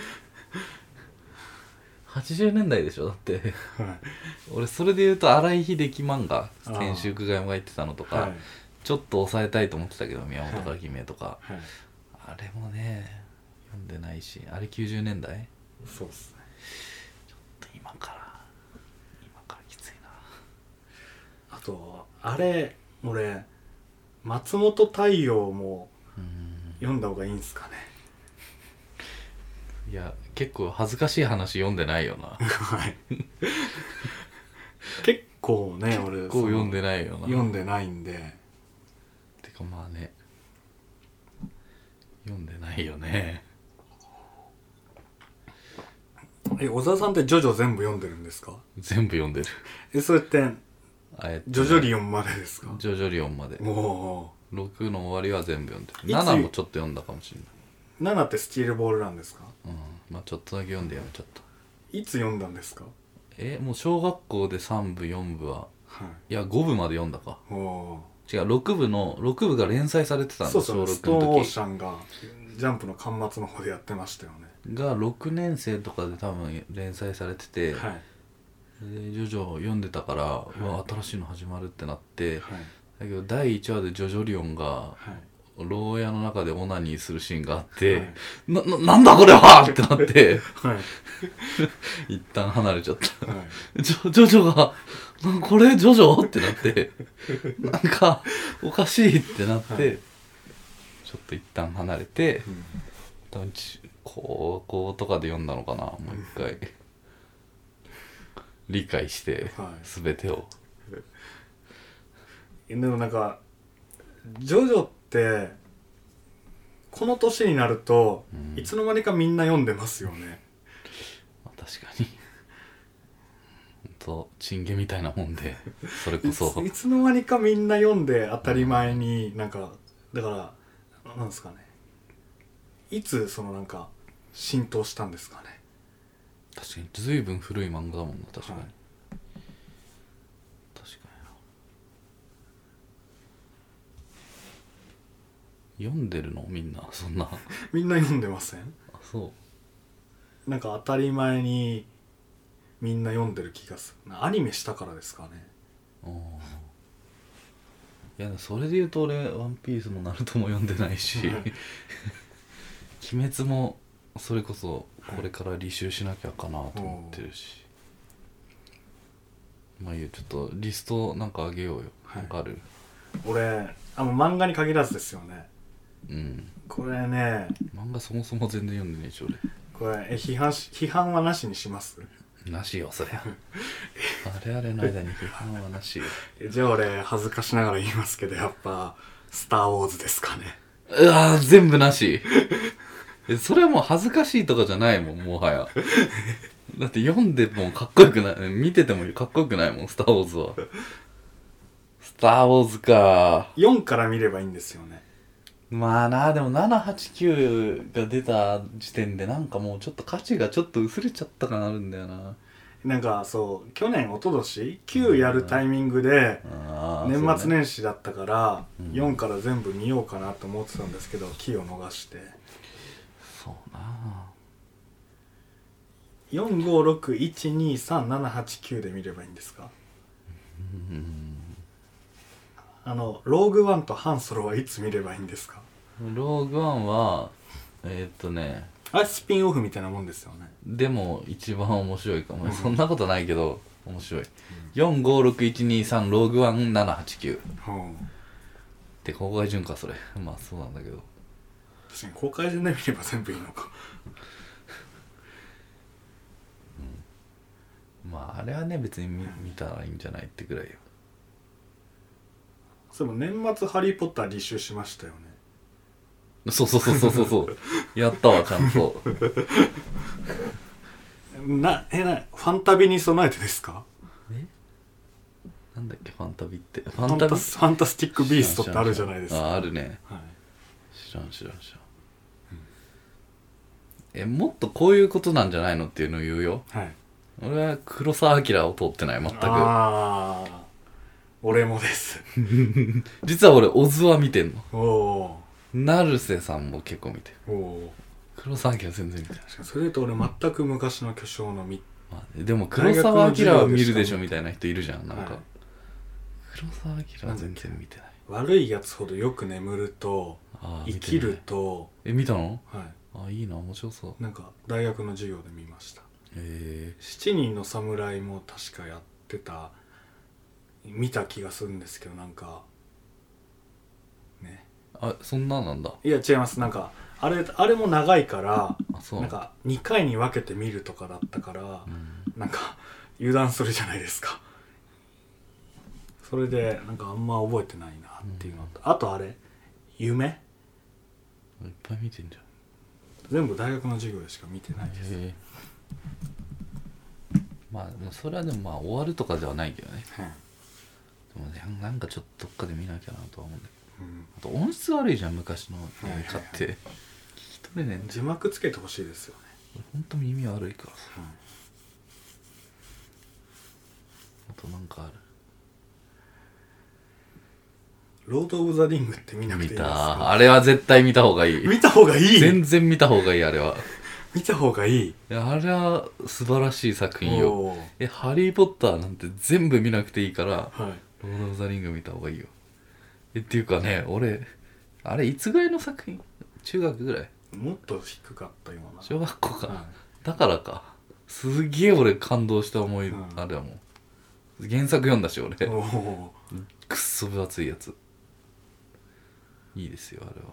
はちじゅうねんだいでしょだって、はい、俺それで言うと新井秀樹漫画先週久我山が言ってたのとか、はい、ちょっと抑えたいと思ってたけど宮本から姫とか、はいはい、あれもね読んでないし。あれきゅうじゅうねんだい？ そうっすね。 ちょっと今から今からきついな。 あとあれ俺松本太陽も読んだ方がいいんすかね。 いや結構恥ずかしい話読んでないよなはい結構ね俺結構読んでないよな。 読んでないんで。 てかまあね読んでないよね。 え小沢さんってジョジョ全部読んでるんですか？ 全部読んでる。 えそれってジョジョリオンまでですか？ ジョジョリオンまで。 おろくの終わりは全部読んでる。ななもちょっと読んだかもしれない。 ななってスチールボールなんですか？ うんまあちょっとだけ読んでやめちゃった。 いつ読んだんですか？ えもう小学校でさんぶよんぶは、はい、いやごぶまで読んだか。 お違うろくぶのろくぶが連載されてたんだ。 そうそうストーンオーシャンがジャンプの巻末の方でやってましたよね。 がろくねん生とかで多分連載されてて、はい、でジョジョ読んでたから、はい、うわ新しいの始まるってなって、はい、だけどだいいちわでジョジョリオンが、はい牢屋の中でオナニーするシーンがあって、はい、な, な, なんだこれはってなって、はい、一旦離れちゃった、はい、ジョジョジョがこれジョジョってなってなんかおかしいってなって、はい、ちょっと一旦離れて、うん、多分高校とかで読んだのかなもう一回、うん、理解して全てを、はい、 でもなんかジョジョってこの年になると、うん、いつの間にかみんな読んでますよね。 まあ、確かにほんとチンゲみたいなもんでそれこそいつ、いつの間にかみんな読んで当たり前になんかだからなんですかねいつそのなんか浸透したんですかね。 確かに随分古い漫画だもんな確かに、はい読んでるのみんなそんなみんな読んでません？ あそうなんか当たり前にみんな読んでる気がする。アニメしたからですかね。 あいやそれで言うと俺ワンピースもナルトも読んでないし鬼滅もそれこそこれから履修しなきゃかなと思ってるし、まあいいよちょっとリストなんかあげようよ、はい、なんかある？ 俺あの漫画に限らずですよね。 うん、 これね漫画そもそも全然読んでねえし俺これえ批判し批判はなしにします？ なしよそりゃあれあれの間に批判はなしよじゃあ俺恥ずかしながら言いますけどやっぱスターウォーズですかね。 うわ全部なしそれはもう恥ずかしいとかじゃないもんもはやだって読んでもかっこよくない見ててもかっこよくないもんスター・ウォーズは。スター・ウォーズかよんから見ればいいんですよね。 まあなでもななはちきゅうが出た時点でなんかもうちょっと価値がちょっと薄れちゃった感あるんだよな。 なんかそう去年一昨年きゅうやるタイミングで年末年始だったからよんから全部見ようかなと思ってたんですけど機を逃して。 そうなよんごろくいちにさんななはちきゅうで見ればいいんですか？ うんあのローグワンとハンソロはいつ見ればいいんですか？ ローグワンはえー、っとねあれスピンオフみたいなもんですよね。 でも一番面白いかも、うん、そんなことないけど面白い、うん、よんごろくいちにさんローグワンななはちきゅう、うん、って公開順かそれまあそうなんだけど確かに公開順で見れば全部いいのか、 うん、まああれはね別に 見, 見たらいいんじゃないってぐらいよ。 それも年末ハリーポッター履修しましたよね。 そうそうそうそうそうやったわちゃんとなえなファンタビに備えてですか？ えなんだっけファンタビってファンタビファンタスティックビーストってあるじゃないですか。 ああるね、はい、知らん知らん知らん、うん、えもっとこういうことなんじゃないのっていうのを言うよ、はい、俺は黒澤明を通ってない全く。 ああ俺もです実は俺オズは見てんの。 おー成瀬さんも結構見てる。 お黒澤明は全然見てない。 それと俺全く昔の巨匠の見、 まあね、でも黒澤明は見るでしょみたいな人いるじゃんなんか、はい、黒澤明は全然見てない。 悪いやつほどよく眠ると生きると。 え見たの？ はい。 あいいな面白そう。 なんか大学の授業で見ました。 へえ。 七人の侍も確かやってた見た気がするんですけどなんかね。 あそんななんだ。 いや違います。なんかあれあれも長いからあそうなんかにかいに分けて見るとかだったから、うん、なんか油断するじゃないですか。それでなんかあんま覚えてないなっていうのと、うん、あとあれ夢いっぱい見てんじゃん。 全部大学の授業でしか見てないです。 へまあでもそれはでもまあ終わるとかではないけどね、うん、でもねなんかちょっとどっかで見なきゃなとは思うんだけど、うん、あと音質悪いじゃん昔の映画って、はいはいはい、聞き取れねえんだよ。 字幕つけてほしいですよね。 ほんと耳悪いからさ、うん、あとなんかある。 ロード・オブ・ザ・リングって見なくていいですか？ 見たあれは絶対見た方がいい。 見た方がいい。 全然見た方がいいあれは。 見た方がいい。いやあれは素晴らしい作品よ。えハリー・ポッターなんて全部見なくていいから、はい、ロード・オブ・ザ・リング見た方がいいよ。えっていうかね俺あれいつぐらいの作品？中学ぐらい？ もっと低かったような。 小学校か、はい、だからかすげえ俺感動した思い、うん、あれはもう原作読んだし俺くっそ分厚いやついいですよあれは。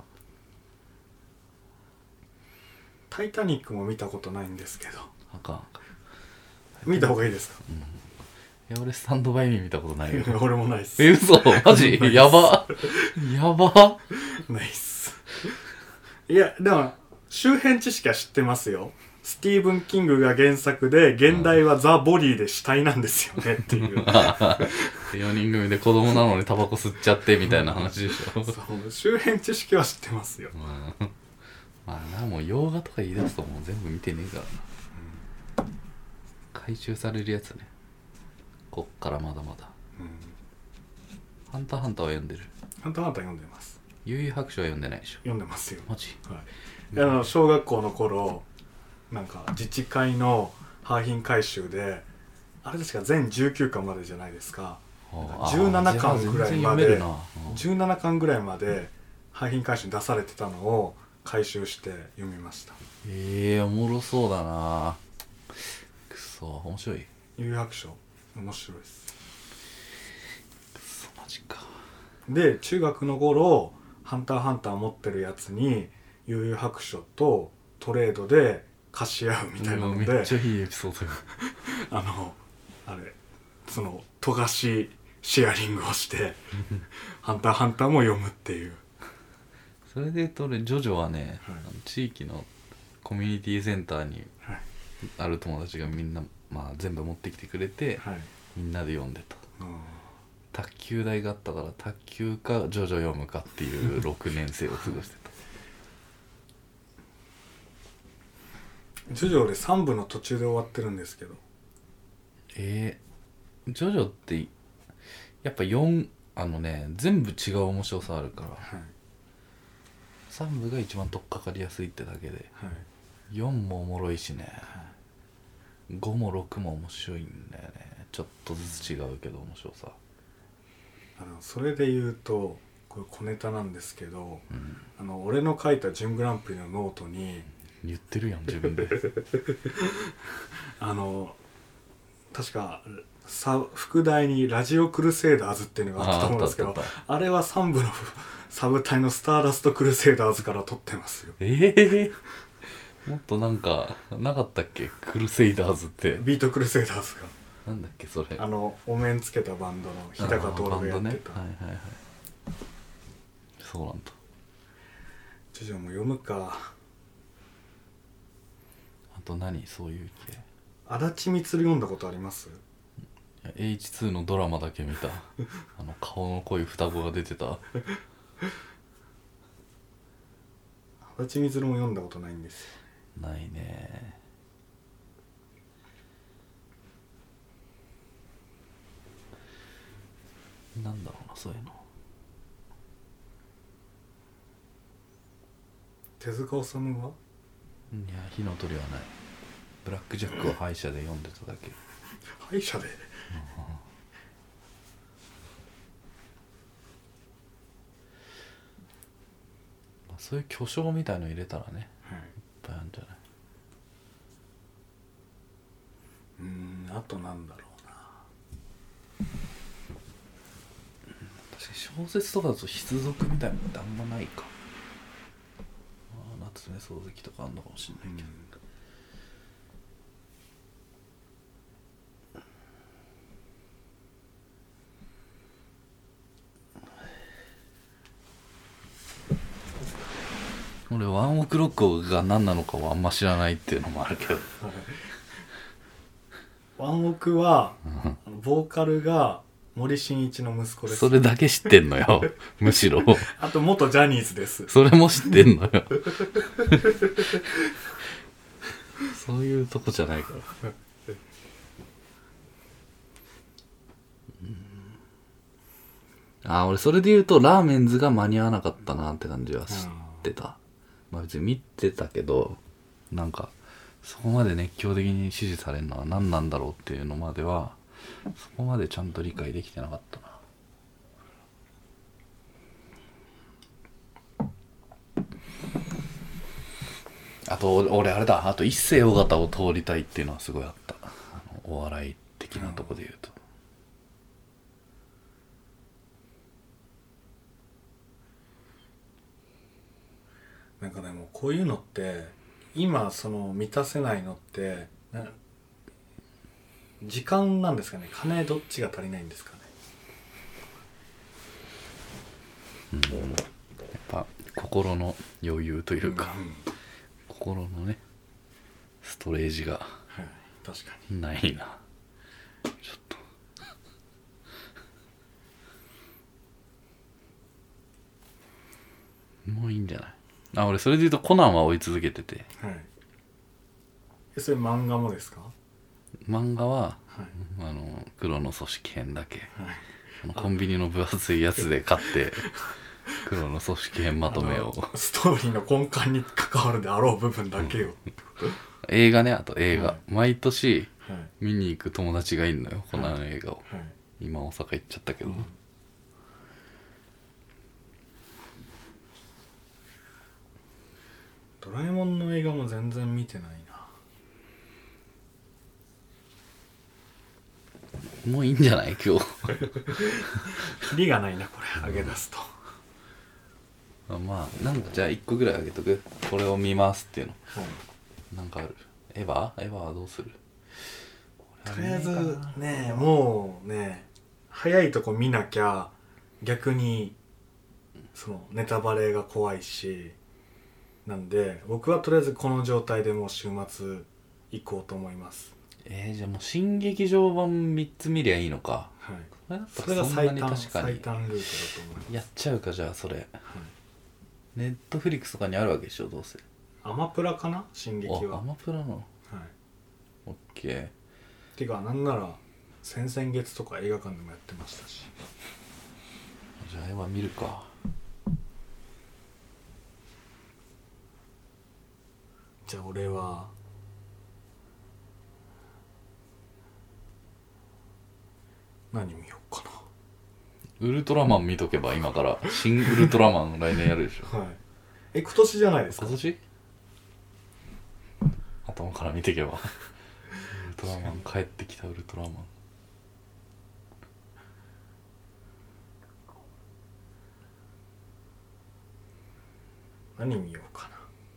タイタニックも見たことないんですけど。 あかんあかん見た方がいいですか？うん、いや俺スタンドバイミー見たことないよ俺もないっす。 え嘘マジやばやばないっす。いやでも周辺知識は知ってますよ。スティーブン・キングが原作で現代はザ・ボディで死体なんですよねっていうよにん組で子供なのにタバコ吸っちゃってみたいな話でしょそう周辺知識は知ってますよ、 うん、まあなもう洋画とか言い出すともう全部見てねえからな、うん、回収されるやつねこっからまだまだ、うん、ハンターハンターは読んでる。 ハンターハンター読んでます。 悠々白書は読んでないでしょ。 読んでますよ。 マジ？ はい。あの小学校の頃なんか自治会の廃品回収であれ確か全じゅうきゅうかんまでじゃないですか。じゅうななかんぐらいまでじゅうななかんぐらいまで廃品回収に出されてたのを回収して読みました。 ええー、おもろそうだな。くそ面白い。 悠々白書面白いです。 くそマジか。 で中学の頃ハンターハンター持ってるやつに悠々白書とトレードで貸し合うみたいなので、 めっちゃいいエピソードよあのあれその富樫シェアリングをしてハンターハンターも読むっていう。 それで言うと俺ジョジョはね、はい、地域のコミュニティセンターにある友達がみんな、まあ、全部持ってきてくれて、はい、みんなで読んでた。卓球台があったから卓球かジョジョ読むかっていうろくねん生を過ごしてた。 ジョジョ俺さん部の途中で終わってるんですけど。 えー、ジョジョってやっぱよんあのね全部違う面白さあるから、はい、さん部が一番取っかかりやすいってだけで、はい、よんもおもろいしね、はい、ごもろくも面白いんだよね。ちょっとずつ違うけど面白さ。 あのそれで言うとこれ小ネタなんですけど、うん、あの俺の書いた準グランプリのノートに言ってるやん自分であの確かさ副題にラジオクルセイダーズっていうのがあったと思うんですけど、 あ, あ, あれはさん部のサブ隊のスターダストクルセイダーズから取ってますよ。 ええー、もっとなんかなかったっけクルセイダーズって。 ビートクルセイダーズがなんだっけそれ。 あのお面つけたバンドの日高徹がやってた、ね、はいはいはい。 そうなんだ。 ジョジョも読むか。 あと何そういう系。 足立みつる読んだことあります？ エイチツー のドラマだけ見たあの顔の濃い双子が出てた足立みつるも読んだことないんですよ。ないね。なんだろうなそういうの。 手塚治虫は？ いや火の鳥はない。ブラックジャックを歯医者で読んでただけ。 歯医者で、うん、 まあ、そういう巨匠みたいの入れたらね、はい、いっぱいあるんじゃない。 うーんあとなんだろうな。 確かに小説とかだと筆族みたいなのってあんまないか。夏目漱石とかあんのかもしれないけど、うん、俺ワンオクロックが何なのかはあんま知らないっていうのもあるけどワンオクはボーカルが森進一の息子です。 それだけ知ってんのよむしろあと元ジャニーズです。 それも知ってんのよそういうとこじゃないからああ俺それで言うとラーメンズが間に合わなかったなって感じは知ってた。まあ別に見てたけどなんかそこまで熱狂的に支持されるのは何なんだろうっていうのまではそこまでちゃんと理解できてなかったな。あと俺あれだあと一世尾形を通りたいっていうのはすごいあった。あのお笑い的なとこで言うと、 うん、なんかでもこういうのって今その満たせないのって時間なんですかね。金どっちが足りないんですかね。 うん、やっぱ心の余裕というか、うん、心のねストレージが、はい、 確かにないな。ちょっともういいんじゃない。あ俺それで言うとコナンは追い続けてて、はい、 えそれ漫画もですか。 漫画は、はい、あの黒の組織編だけ、はい、あのコンビニの分厚いやつで買って黒の組織編まとめをストーリーの根幹に関わるであろう部分だけを、うん、 映画ね。あと映画、はい、毎年見に行く友達がいるのよ、コナン映画を、はいはい、今大阪行っちゃったけど、うん、 ドラえもんの映画も全然見てないな。 もういいんじゃない今日キリがないなこれ上げ出すと。 まあなんかじゃあいっこぐらいあげとく。これを見ますっていうの、はい、なんかある。エヴァエヴァはどうする。 とりあえずねもうね早いとこ見なきゃ逆にそのネタバレが怖いしなんで僕はとりあえずこの状態でもう週末行こうと思います。 えー、じゃあもう新劇場版みっつ見りゃいいのか。 はい、 それだったそれがらそんなに最短確かに最短ルートだと思います。 やっちゃうか。じゃあそれはい、 ネットフリックスとかにあるわけでしょどうせ。 アマプラかな進撃は。 あアマプラなの。 はい、 オッケー。 てかなんなら先々月とか映画館でもやってましたし。 じゃあ今見るか。 じゃあ俺は何見ようかな。 ウルトラマン見とけば今から新ウルトラマン来年やるでしょ。 はい。え今年じゃないですか。 今年頭から見てけばウルトラマン帰ってきたウルトラマン。 何見ようかな。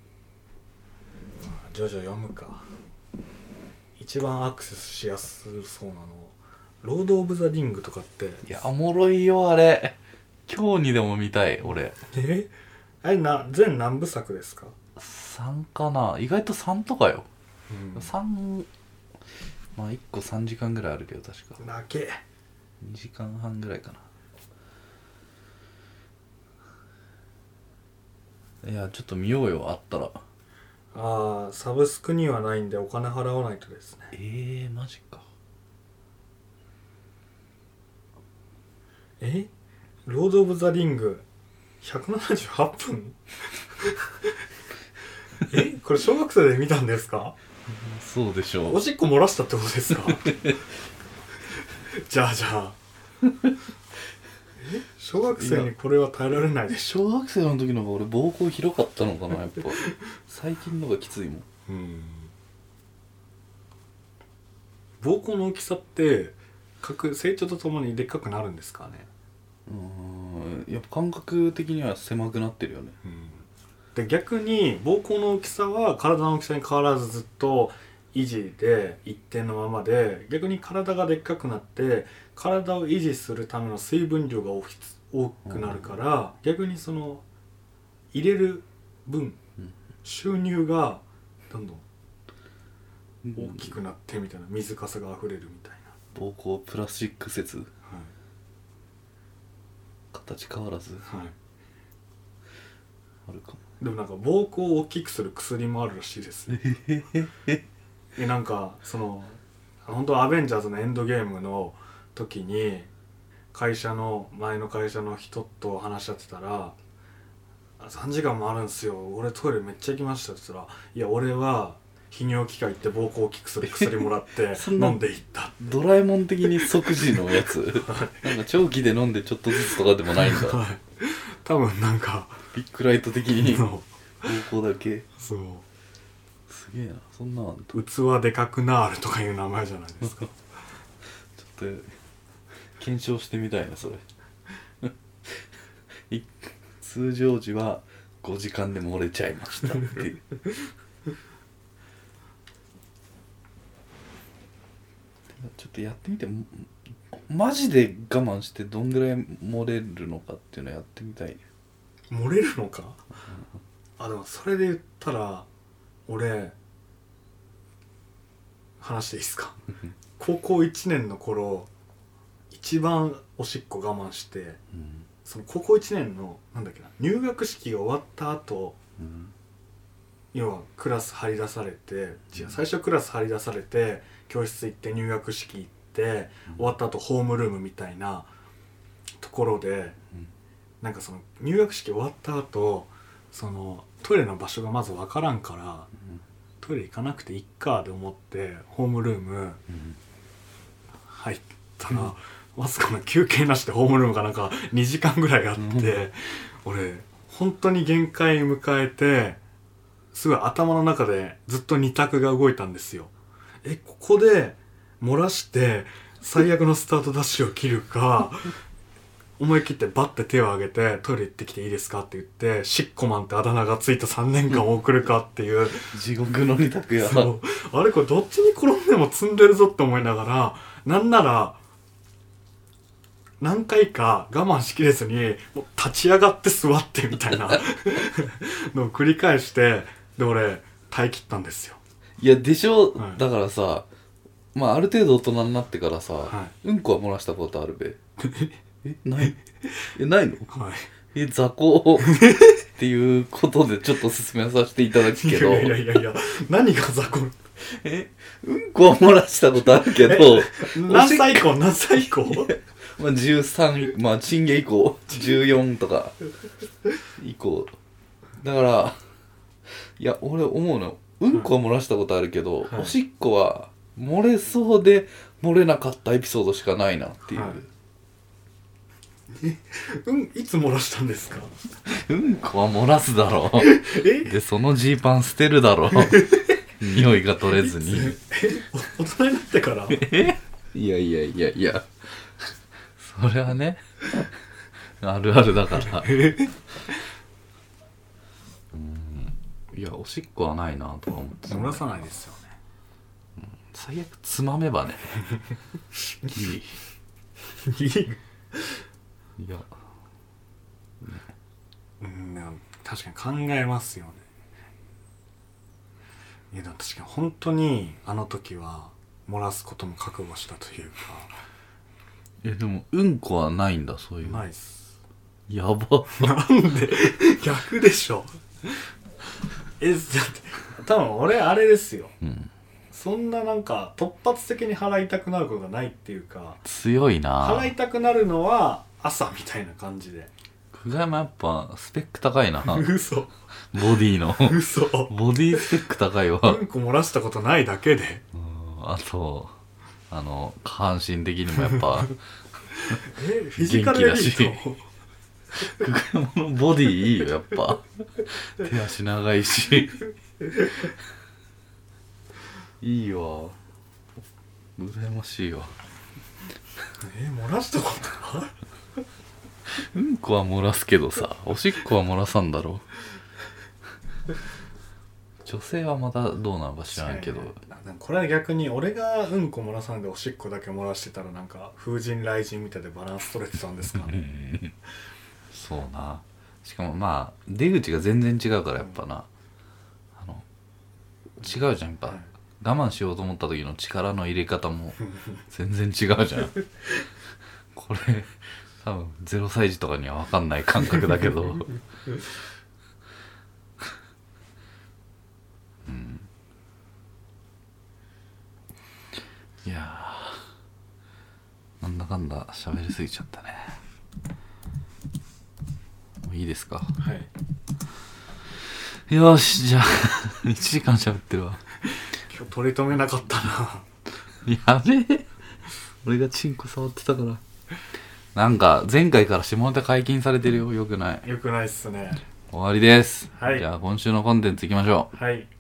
ジョジョ読むか。一番アクセスしやすそうなのロード・オブ・ザ・リングとかって。 いやおもろいよあれ。今日にでも見たい俺。 えあれな全何部作ですか。 さんかな。意外とさんとかよ、 うん、 さん。まあいっこさんじかんぐらいあるけど確かだけにじかんはんぐらいかな。いやちょっと見ようよあったら。 ああサブスクにはないんでお金払わないとですね。 えー、マジか。 えロード・オブ・ザ・リングひゃくななじゅうはちふんえこれ小学生で見たんですか。 そうでしょう。 おしっこ漏らしたってことですかじゃあじゃあえ小学生にこれは耐えられないでしょ。 小学生の時の方が俺膀胱広かったのかなやっぱ最近のがきついもん。 うん膀胱の大きさって各成長とともにでっかくなるんですかね。 うーんやっぱ感覚的には狭くなってるよね。 うんで逆に膀胱の大きさは体の大きさに変わらずずっと維持で一定のままで、逆に体がでっかくなって体を維持するための水分量が大き多くなるから、うん、逆にその入れる分、うん、収入がどんどん大きくなってみたいな、水かさが溢れるみたいな。 膀胱プラスチック説、はい、形変わらず、 はい、 あるかも。 でもなんか膀胱を大きくする薬もあるらしいですえなんかその本当アベンジャーズのエンドゲームの時に会社の前の会社の人と話し合ってたらさんじかんもあるんすよ俺トイレめっちゃ行きましたって言ったら、いや俺は泌尿器科行って膀胱を大きくする薬もらって飲んでいったって。 ドラえもん的に即時のやつなんか長期で飲んでちょっとずつとかでもないんだ、はい、 多分なんかビッグライト的に膀胱だけ。 そうすげえなそんなの。 器でかくなーるとかいう名前じゃないですかちょっと検証してみたいなそれ通常時はごじかんで漏れちゃいましたっていうちょっとやってみて、マジで我慢してどんぐらい漏れるのかっていうのやってみたい。 漏れるのか、うん、あでもそれで言ったら俺話していいですか高校いちねんの頃一番おしっこ我慢して、うん、その高校いちねんのなんだっけな入学式が終わった後、うん、要はクラス張り出されて、違う最初クラス張り出されて教室行って入学式行って、うん、終わった後ホームルームみたいなところで、うん、なんかその入学式終わった後そのトイレの場所がまず分からんから、うん、トイレ行かなくていいかと思ってホームルーム入ったら、うん、まさかの休憩なしでホームルームがなんかにじかんぐらいあって、うん、俺本当に限界迎えてすごい頭の中でずっと二択が動いたんですよ。えここで漏らして最悪のスタートダッシュを切るか思い切ってバッて手を挙げてトイレ行ってきていいですかって言ってシッコマンってあだ名がついたさんねんかんを送るかっていう地獄の二択や。 そうあれこれどっちに転んでも積んでるぞって思いながら、なんなら何回か我慢しきれずにもう立ち上がって座ってみたいなのを繰り返して、で俺耐え切ったんですよ。 いやでしょ、 はい、 だからさまあある程度大人になってからさ、 はい、うんこは漏らしたことあるべえないえないの、 はい、 え雑魚っていうことでちょっと進めさせていただくけどいやいやいやいや何が雑魚えうんこは漏らしたことあるけど何歳以降何歳以降まあじゅうさんまあチンゲ以降じゅうよんとか以降だからいや俺思うのうんこは漏らしたことあるけど、はい、おしっこは漏れそうで漏れなかったエピソードしかないなっていう、はい、 えうんいつ漏らしたんですかうんこは漏らすだろうでそのジーパン捨てるだろう匂いが取れずにえ大人になってからえいやいやいやいやそれはねあるあるだからうんいやおしっこはないなとか思って漏らさないですよね、 うん、最悪つまめばねいいいや、ね、 うん確かに考えますよねいやでも確かに本当にあの時は漏らすことも覚悟したというかえでもうんこはないんだそういうないっすやばなんで逆でしょえだって多分俺あれですよ、うん、そんななんか突発的に払いたくなることがないっていうか強いな払いたくなるのは朝みたいな感じで久我山やっぱスペック高いな嘘ボディの嘘ボディスペック高いわうんこ漏らしたことないだけでうんあとあの下半身的にもやっぱえフィジカルエリート久我山のボディいいよやっぱ手足長いしいいわ羨ましいわえ漏らしたことないうんこは漏らすけどさおしっこは漏らさんだろ女性はまたどうなのか知らんけど、ね、 これは逆に俺がうんこ漏らさんでおしっこだけ漏らしてたらなんか風神雷神みたいでバランス取れてたんですかねそうなしかもまあ出口が全然違うからやっぱな、うん、あの違うじゃんやっぱ、はい、我慢しようと思った時の力の入れ方も全然違うじゃんこれ多分ゼロさい児とかには分かんない感覚だけどうんいやーなんだかんだ喋りすぎちゃったねもういいですかはいよしじゃあいちじかん喋ってるわ今日取り留めなかったなやべえ俺がチンコ触ってたからなんか前回から下ネタ解禁されてるよよくないよくないっすね終わりです、 はい、 じゃあ今週のコンテンツいきましょうはい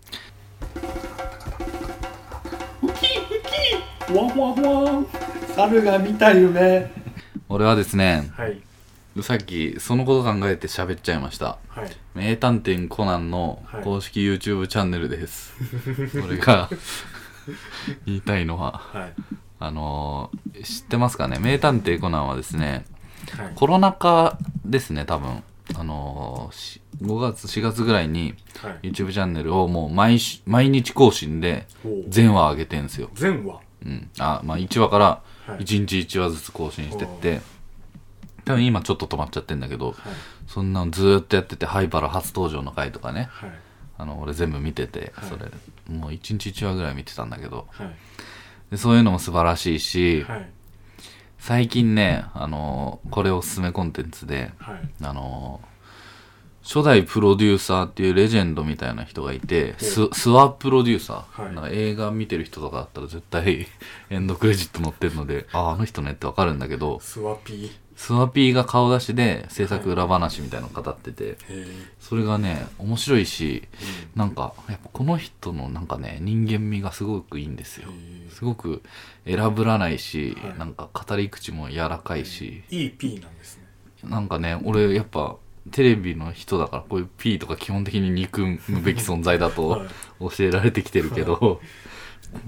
ウキウキワンワンワン猿が見た夢俺はですね、 はい、 さっきそのこと考えて喋っちゃいました、 はい、 名探偵コナンの公式 YouTube チャンネルです、はい、俺が言いたいのは、はい、あのー、知ってますかね名探偵コナンはですね、はい、コロナ禍ですね多分あのー、ごがつしがつぐらいに YouTube チャンネルをもう 毎, 毎日更新で全話上げてんすよ全話うんあまあいちわからいちにちいちわずつ更新してって、はい、多分今ちょっと止まっちゃってんだけど、はい、そんなのずーっとやっててハイパラ初登場の回とかね、はい、あの俺全部見てて、はい、それもういちにちいちわぐらい見てたんだけど、はい、でそういうのも素晴らしいし、はい、最近ねあのこれおすすめコンテンツで、はい、あの初代プロデューサーっていうレジェンドみたいな人がいて、ス, スワプロデューサー、はい、なんか映画見てる人とかだったら絶対エンドクレジット載ってるのであああの人ねってわかるんだけどスワピースワピーが顔出しで制作裏話みたいなのを語ってて、はい、それがね面白いし、うん、なんかやっぱこの人のなんかね人間味がすごくいいんですよすごく選ぶらないし、はい、なんか語り口も柔らかいしいい P なんですねなんかね俺やっぱテレビの人だからこういう P とか基本的に憎むべき存在だと教えられてきてるけど、はい、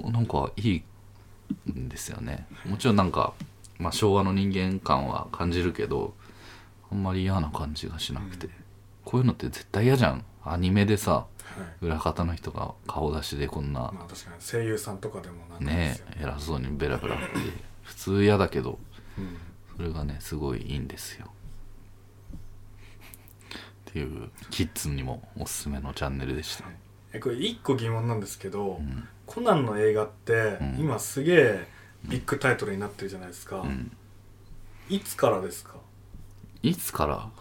なんかいいんですよねもちろんなんか、まあ、昭和の人間感は感じるけどあんまり嫌な感じがしなくて、うん、こういうのって絶対嫌じゃんアニメでさ裏方の人が顔出しでこんな、 まあ確かに声優さんとかでもなんかね偉そうにベラベラって普通嫌だけど、 うん、 それがねすごいいいんですよっていうキッズにもおすすめのチャンネルでした、 はい、えこれ一個疑問なんですけど、 うん、 コナンの映画って、うん、今すげえビッグタイトルになってるじゃないですか、うん、いつからですか？ いつから？ はい 、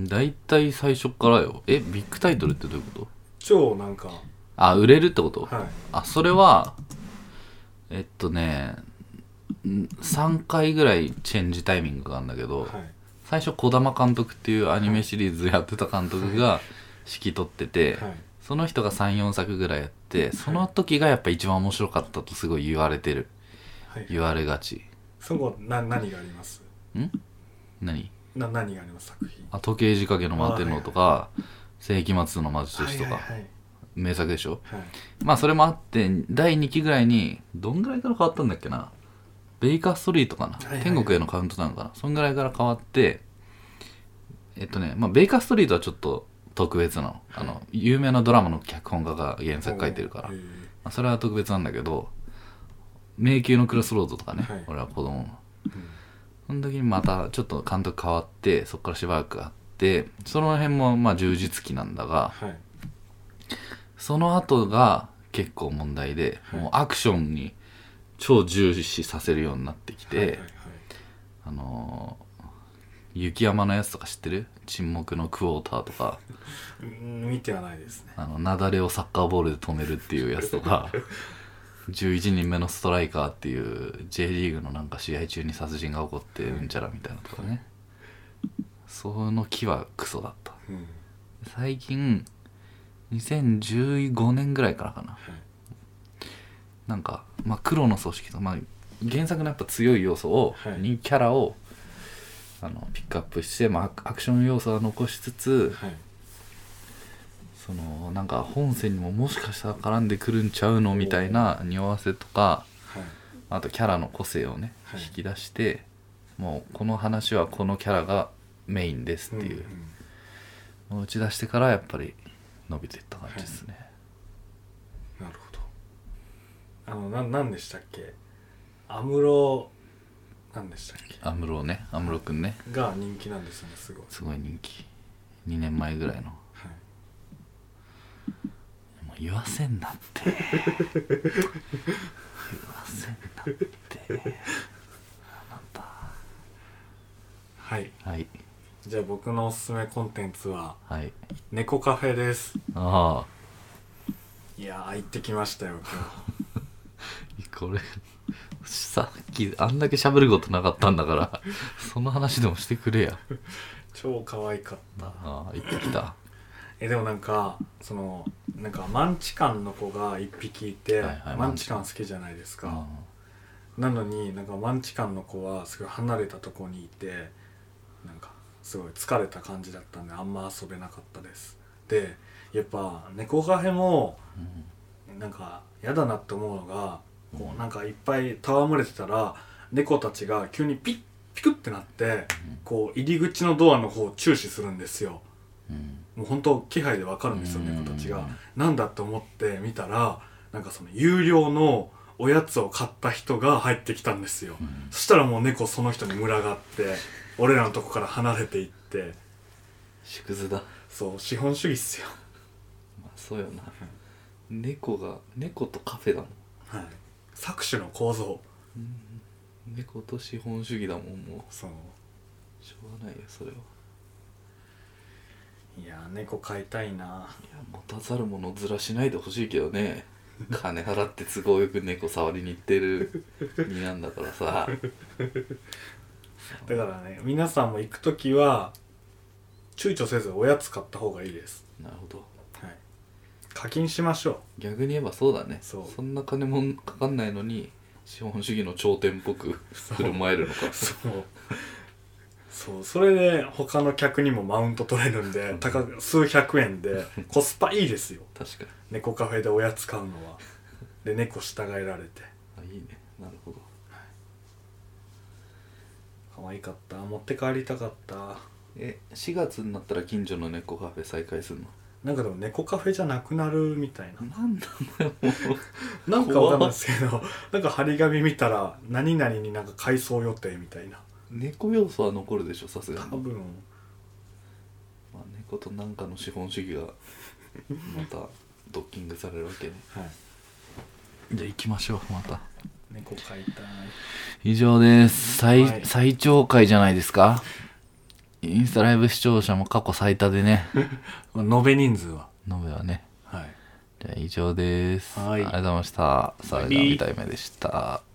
だいたい最初からよ。えビッグタイトルってどういうこと？ 超なんかあ売れるってこと？ はい、 あそれはえっとねさんかいぐらいチェンジタイミングがあるんだけど、はい、最初児玉監督っていうアニメシリーズやってた監督が指揮取ってて、はい、その人が さん,よん 作ぐらいやってその時がやっぱ一番面白かったとすごい言われてる、はい、言われがち。 そこな何があります？ ん何な何があります作品？ あ時計仕掛けのマテノとか、はい、世紀末の魔術師とか、 はいはいはい、 名作でしょ、 はい、 まあそれもあってだいにきぐらいにどんぐらいから変わったんだっけな、ベイカーストリートかな、はいはいはい、天国へのカウントなのかな、そんぐらいから変わってえっとねまあベイカーストリートはちょっと特別なの、はい、あの有名なドラマの脚本家が原作書いてるから、まあ、それは特別なんだけど迷宮のクロスロードとかね、はい、俺は子供の、うん、その時にまたちょっと監督変わってそこからしばらくあってその辺もまあ充実期なんだが、はい、その後が結構問題で、はい、もうアクションに超重視させるようになってきて、はいはいはい、あのー雪山のやつとか知ってる？沈黙のクォーターとか見てはないですね。 あの雪崩をサッカーボールで止めるっていうやつとかじゅういちにんめのストライカーっていう J リーグのなんか試合中に殺人が起こってうんちゃらみたいなとかね、その気はクソだった、うん、最近にせんじゅうごねんぐらいからかな、はい、なんか、まあ、黒の組織と、まあ、原作のやっぱ強い要素を、はい、キャラをあのピックアップして、まあ、アクション要素は残しつつ、はい、そのなんか本線にももしかしたら絡んでくるんちゃうのみたいな匂わせとか、はい、あとキャラの個性をね、はい、引き出してもうこの話はこのキャラがメインですっていうのを打ち出してからやっぱり伸びていった感じですね、 はい、なるほど。あのな何でしたっけ、安室何でしたっけ、 安室ね、安室くんねが人気なんですよね。すごいすごい人気、にねんまえぐらいの、はい、もう言わせんなって言わせんなってあなた。 はい、 はい、 じゃあ僕のおすすめコンテンツは、 はい、 猫カフェです。 ああ、 いやー行ってきましたよ今日これさっきあんだけ喋ることなかったんだからその話でもしてくれや。 超可愛かった。ああ、行ってきた。 えでもなんかそのなんかマンチカンの子が一匹いて、はいはい、マンチカン好きじゃないですか。なのになんかマンチカンの子はすごい離れたとこにいてなんかすごい疲れた感じだったんであんま遊べなかったです。でやっぱ猫カフェもなんか嫌だなって思うのが、こうなんかいっぱい戯れてたら猫たちが急にピッピクってなってこう入り口のドアの方を注視するんですよ。もう本当気配でわかるんですよ、猫たちが。なんだと思って見たらなんかその有料のおやつを買った人が入ってきたんですよ。そしたらもう猫その人に群がって俺らのとこから離れていって、 縮図だ。 そう資本主義っすよ。 まあそうよな。猫が猫とカフェだもん。 はい。搾取の構造、 うん、猫と資本主義だもん。もうそうしょうがないよそれは。 いや猫飼いたいな。いや持たざるものずらしないでほしいけどね金払って都合よく猫触りに行ってる身なんだからさだからね皆さんも行くときは躊躇せずおやつ買った方がいいです。 なるほど、 はい、課金しましょう。 逆に言えばそうだね。 そうそんな金もかかんないのに資本主義の頂点っぽく振る舞えるのか。 そうそうそれで他の客にもマウント取れるんで高く数百円でコスパいいですよ。 確かに猫カフェでおやつ買うのはで猫従えられて。 あ、いいね。なるほど、 はい、可愛かった。持って帰りたかった。 えしがつになったら近所の猫カフェ再開するの？ なんかでも猫カフェじゃなくなるみたいな。 なんだよなんかわかんないですけどなんか張り紙見たら何々になんか改装予定みたいな。 猫要素は残るでしょさすがに。 多分、 まあ、猫と何かの資本主義がまたドッキングされるわけね。 はい、 じゃあ行きましょうまた。 猫飼いたい。 以上です。最、 はい、 最長回じゃないですか。インスタライブ視聴者も過去最多でね延べ人数は延べはね。 はい。 じゃあ以上です。 はい、 ありがとうございました。それではにだいめでした。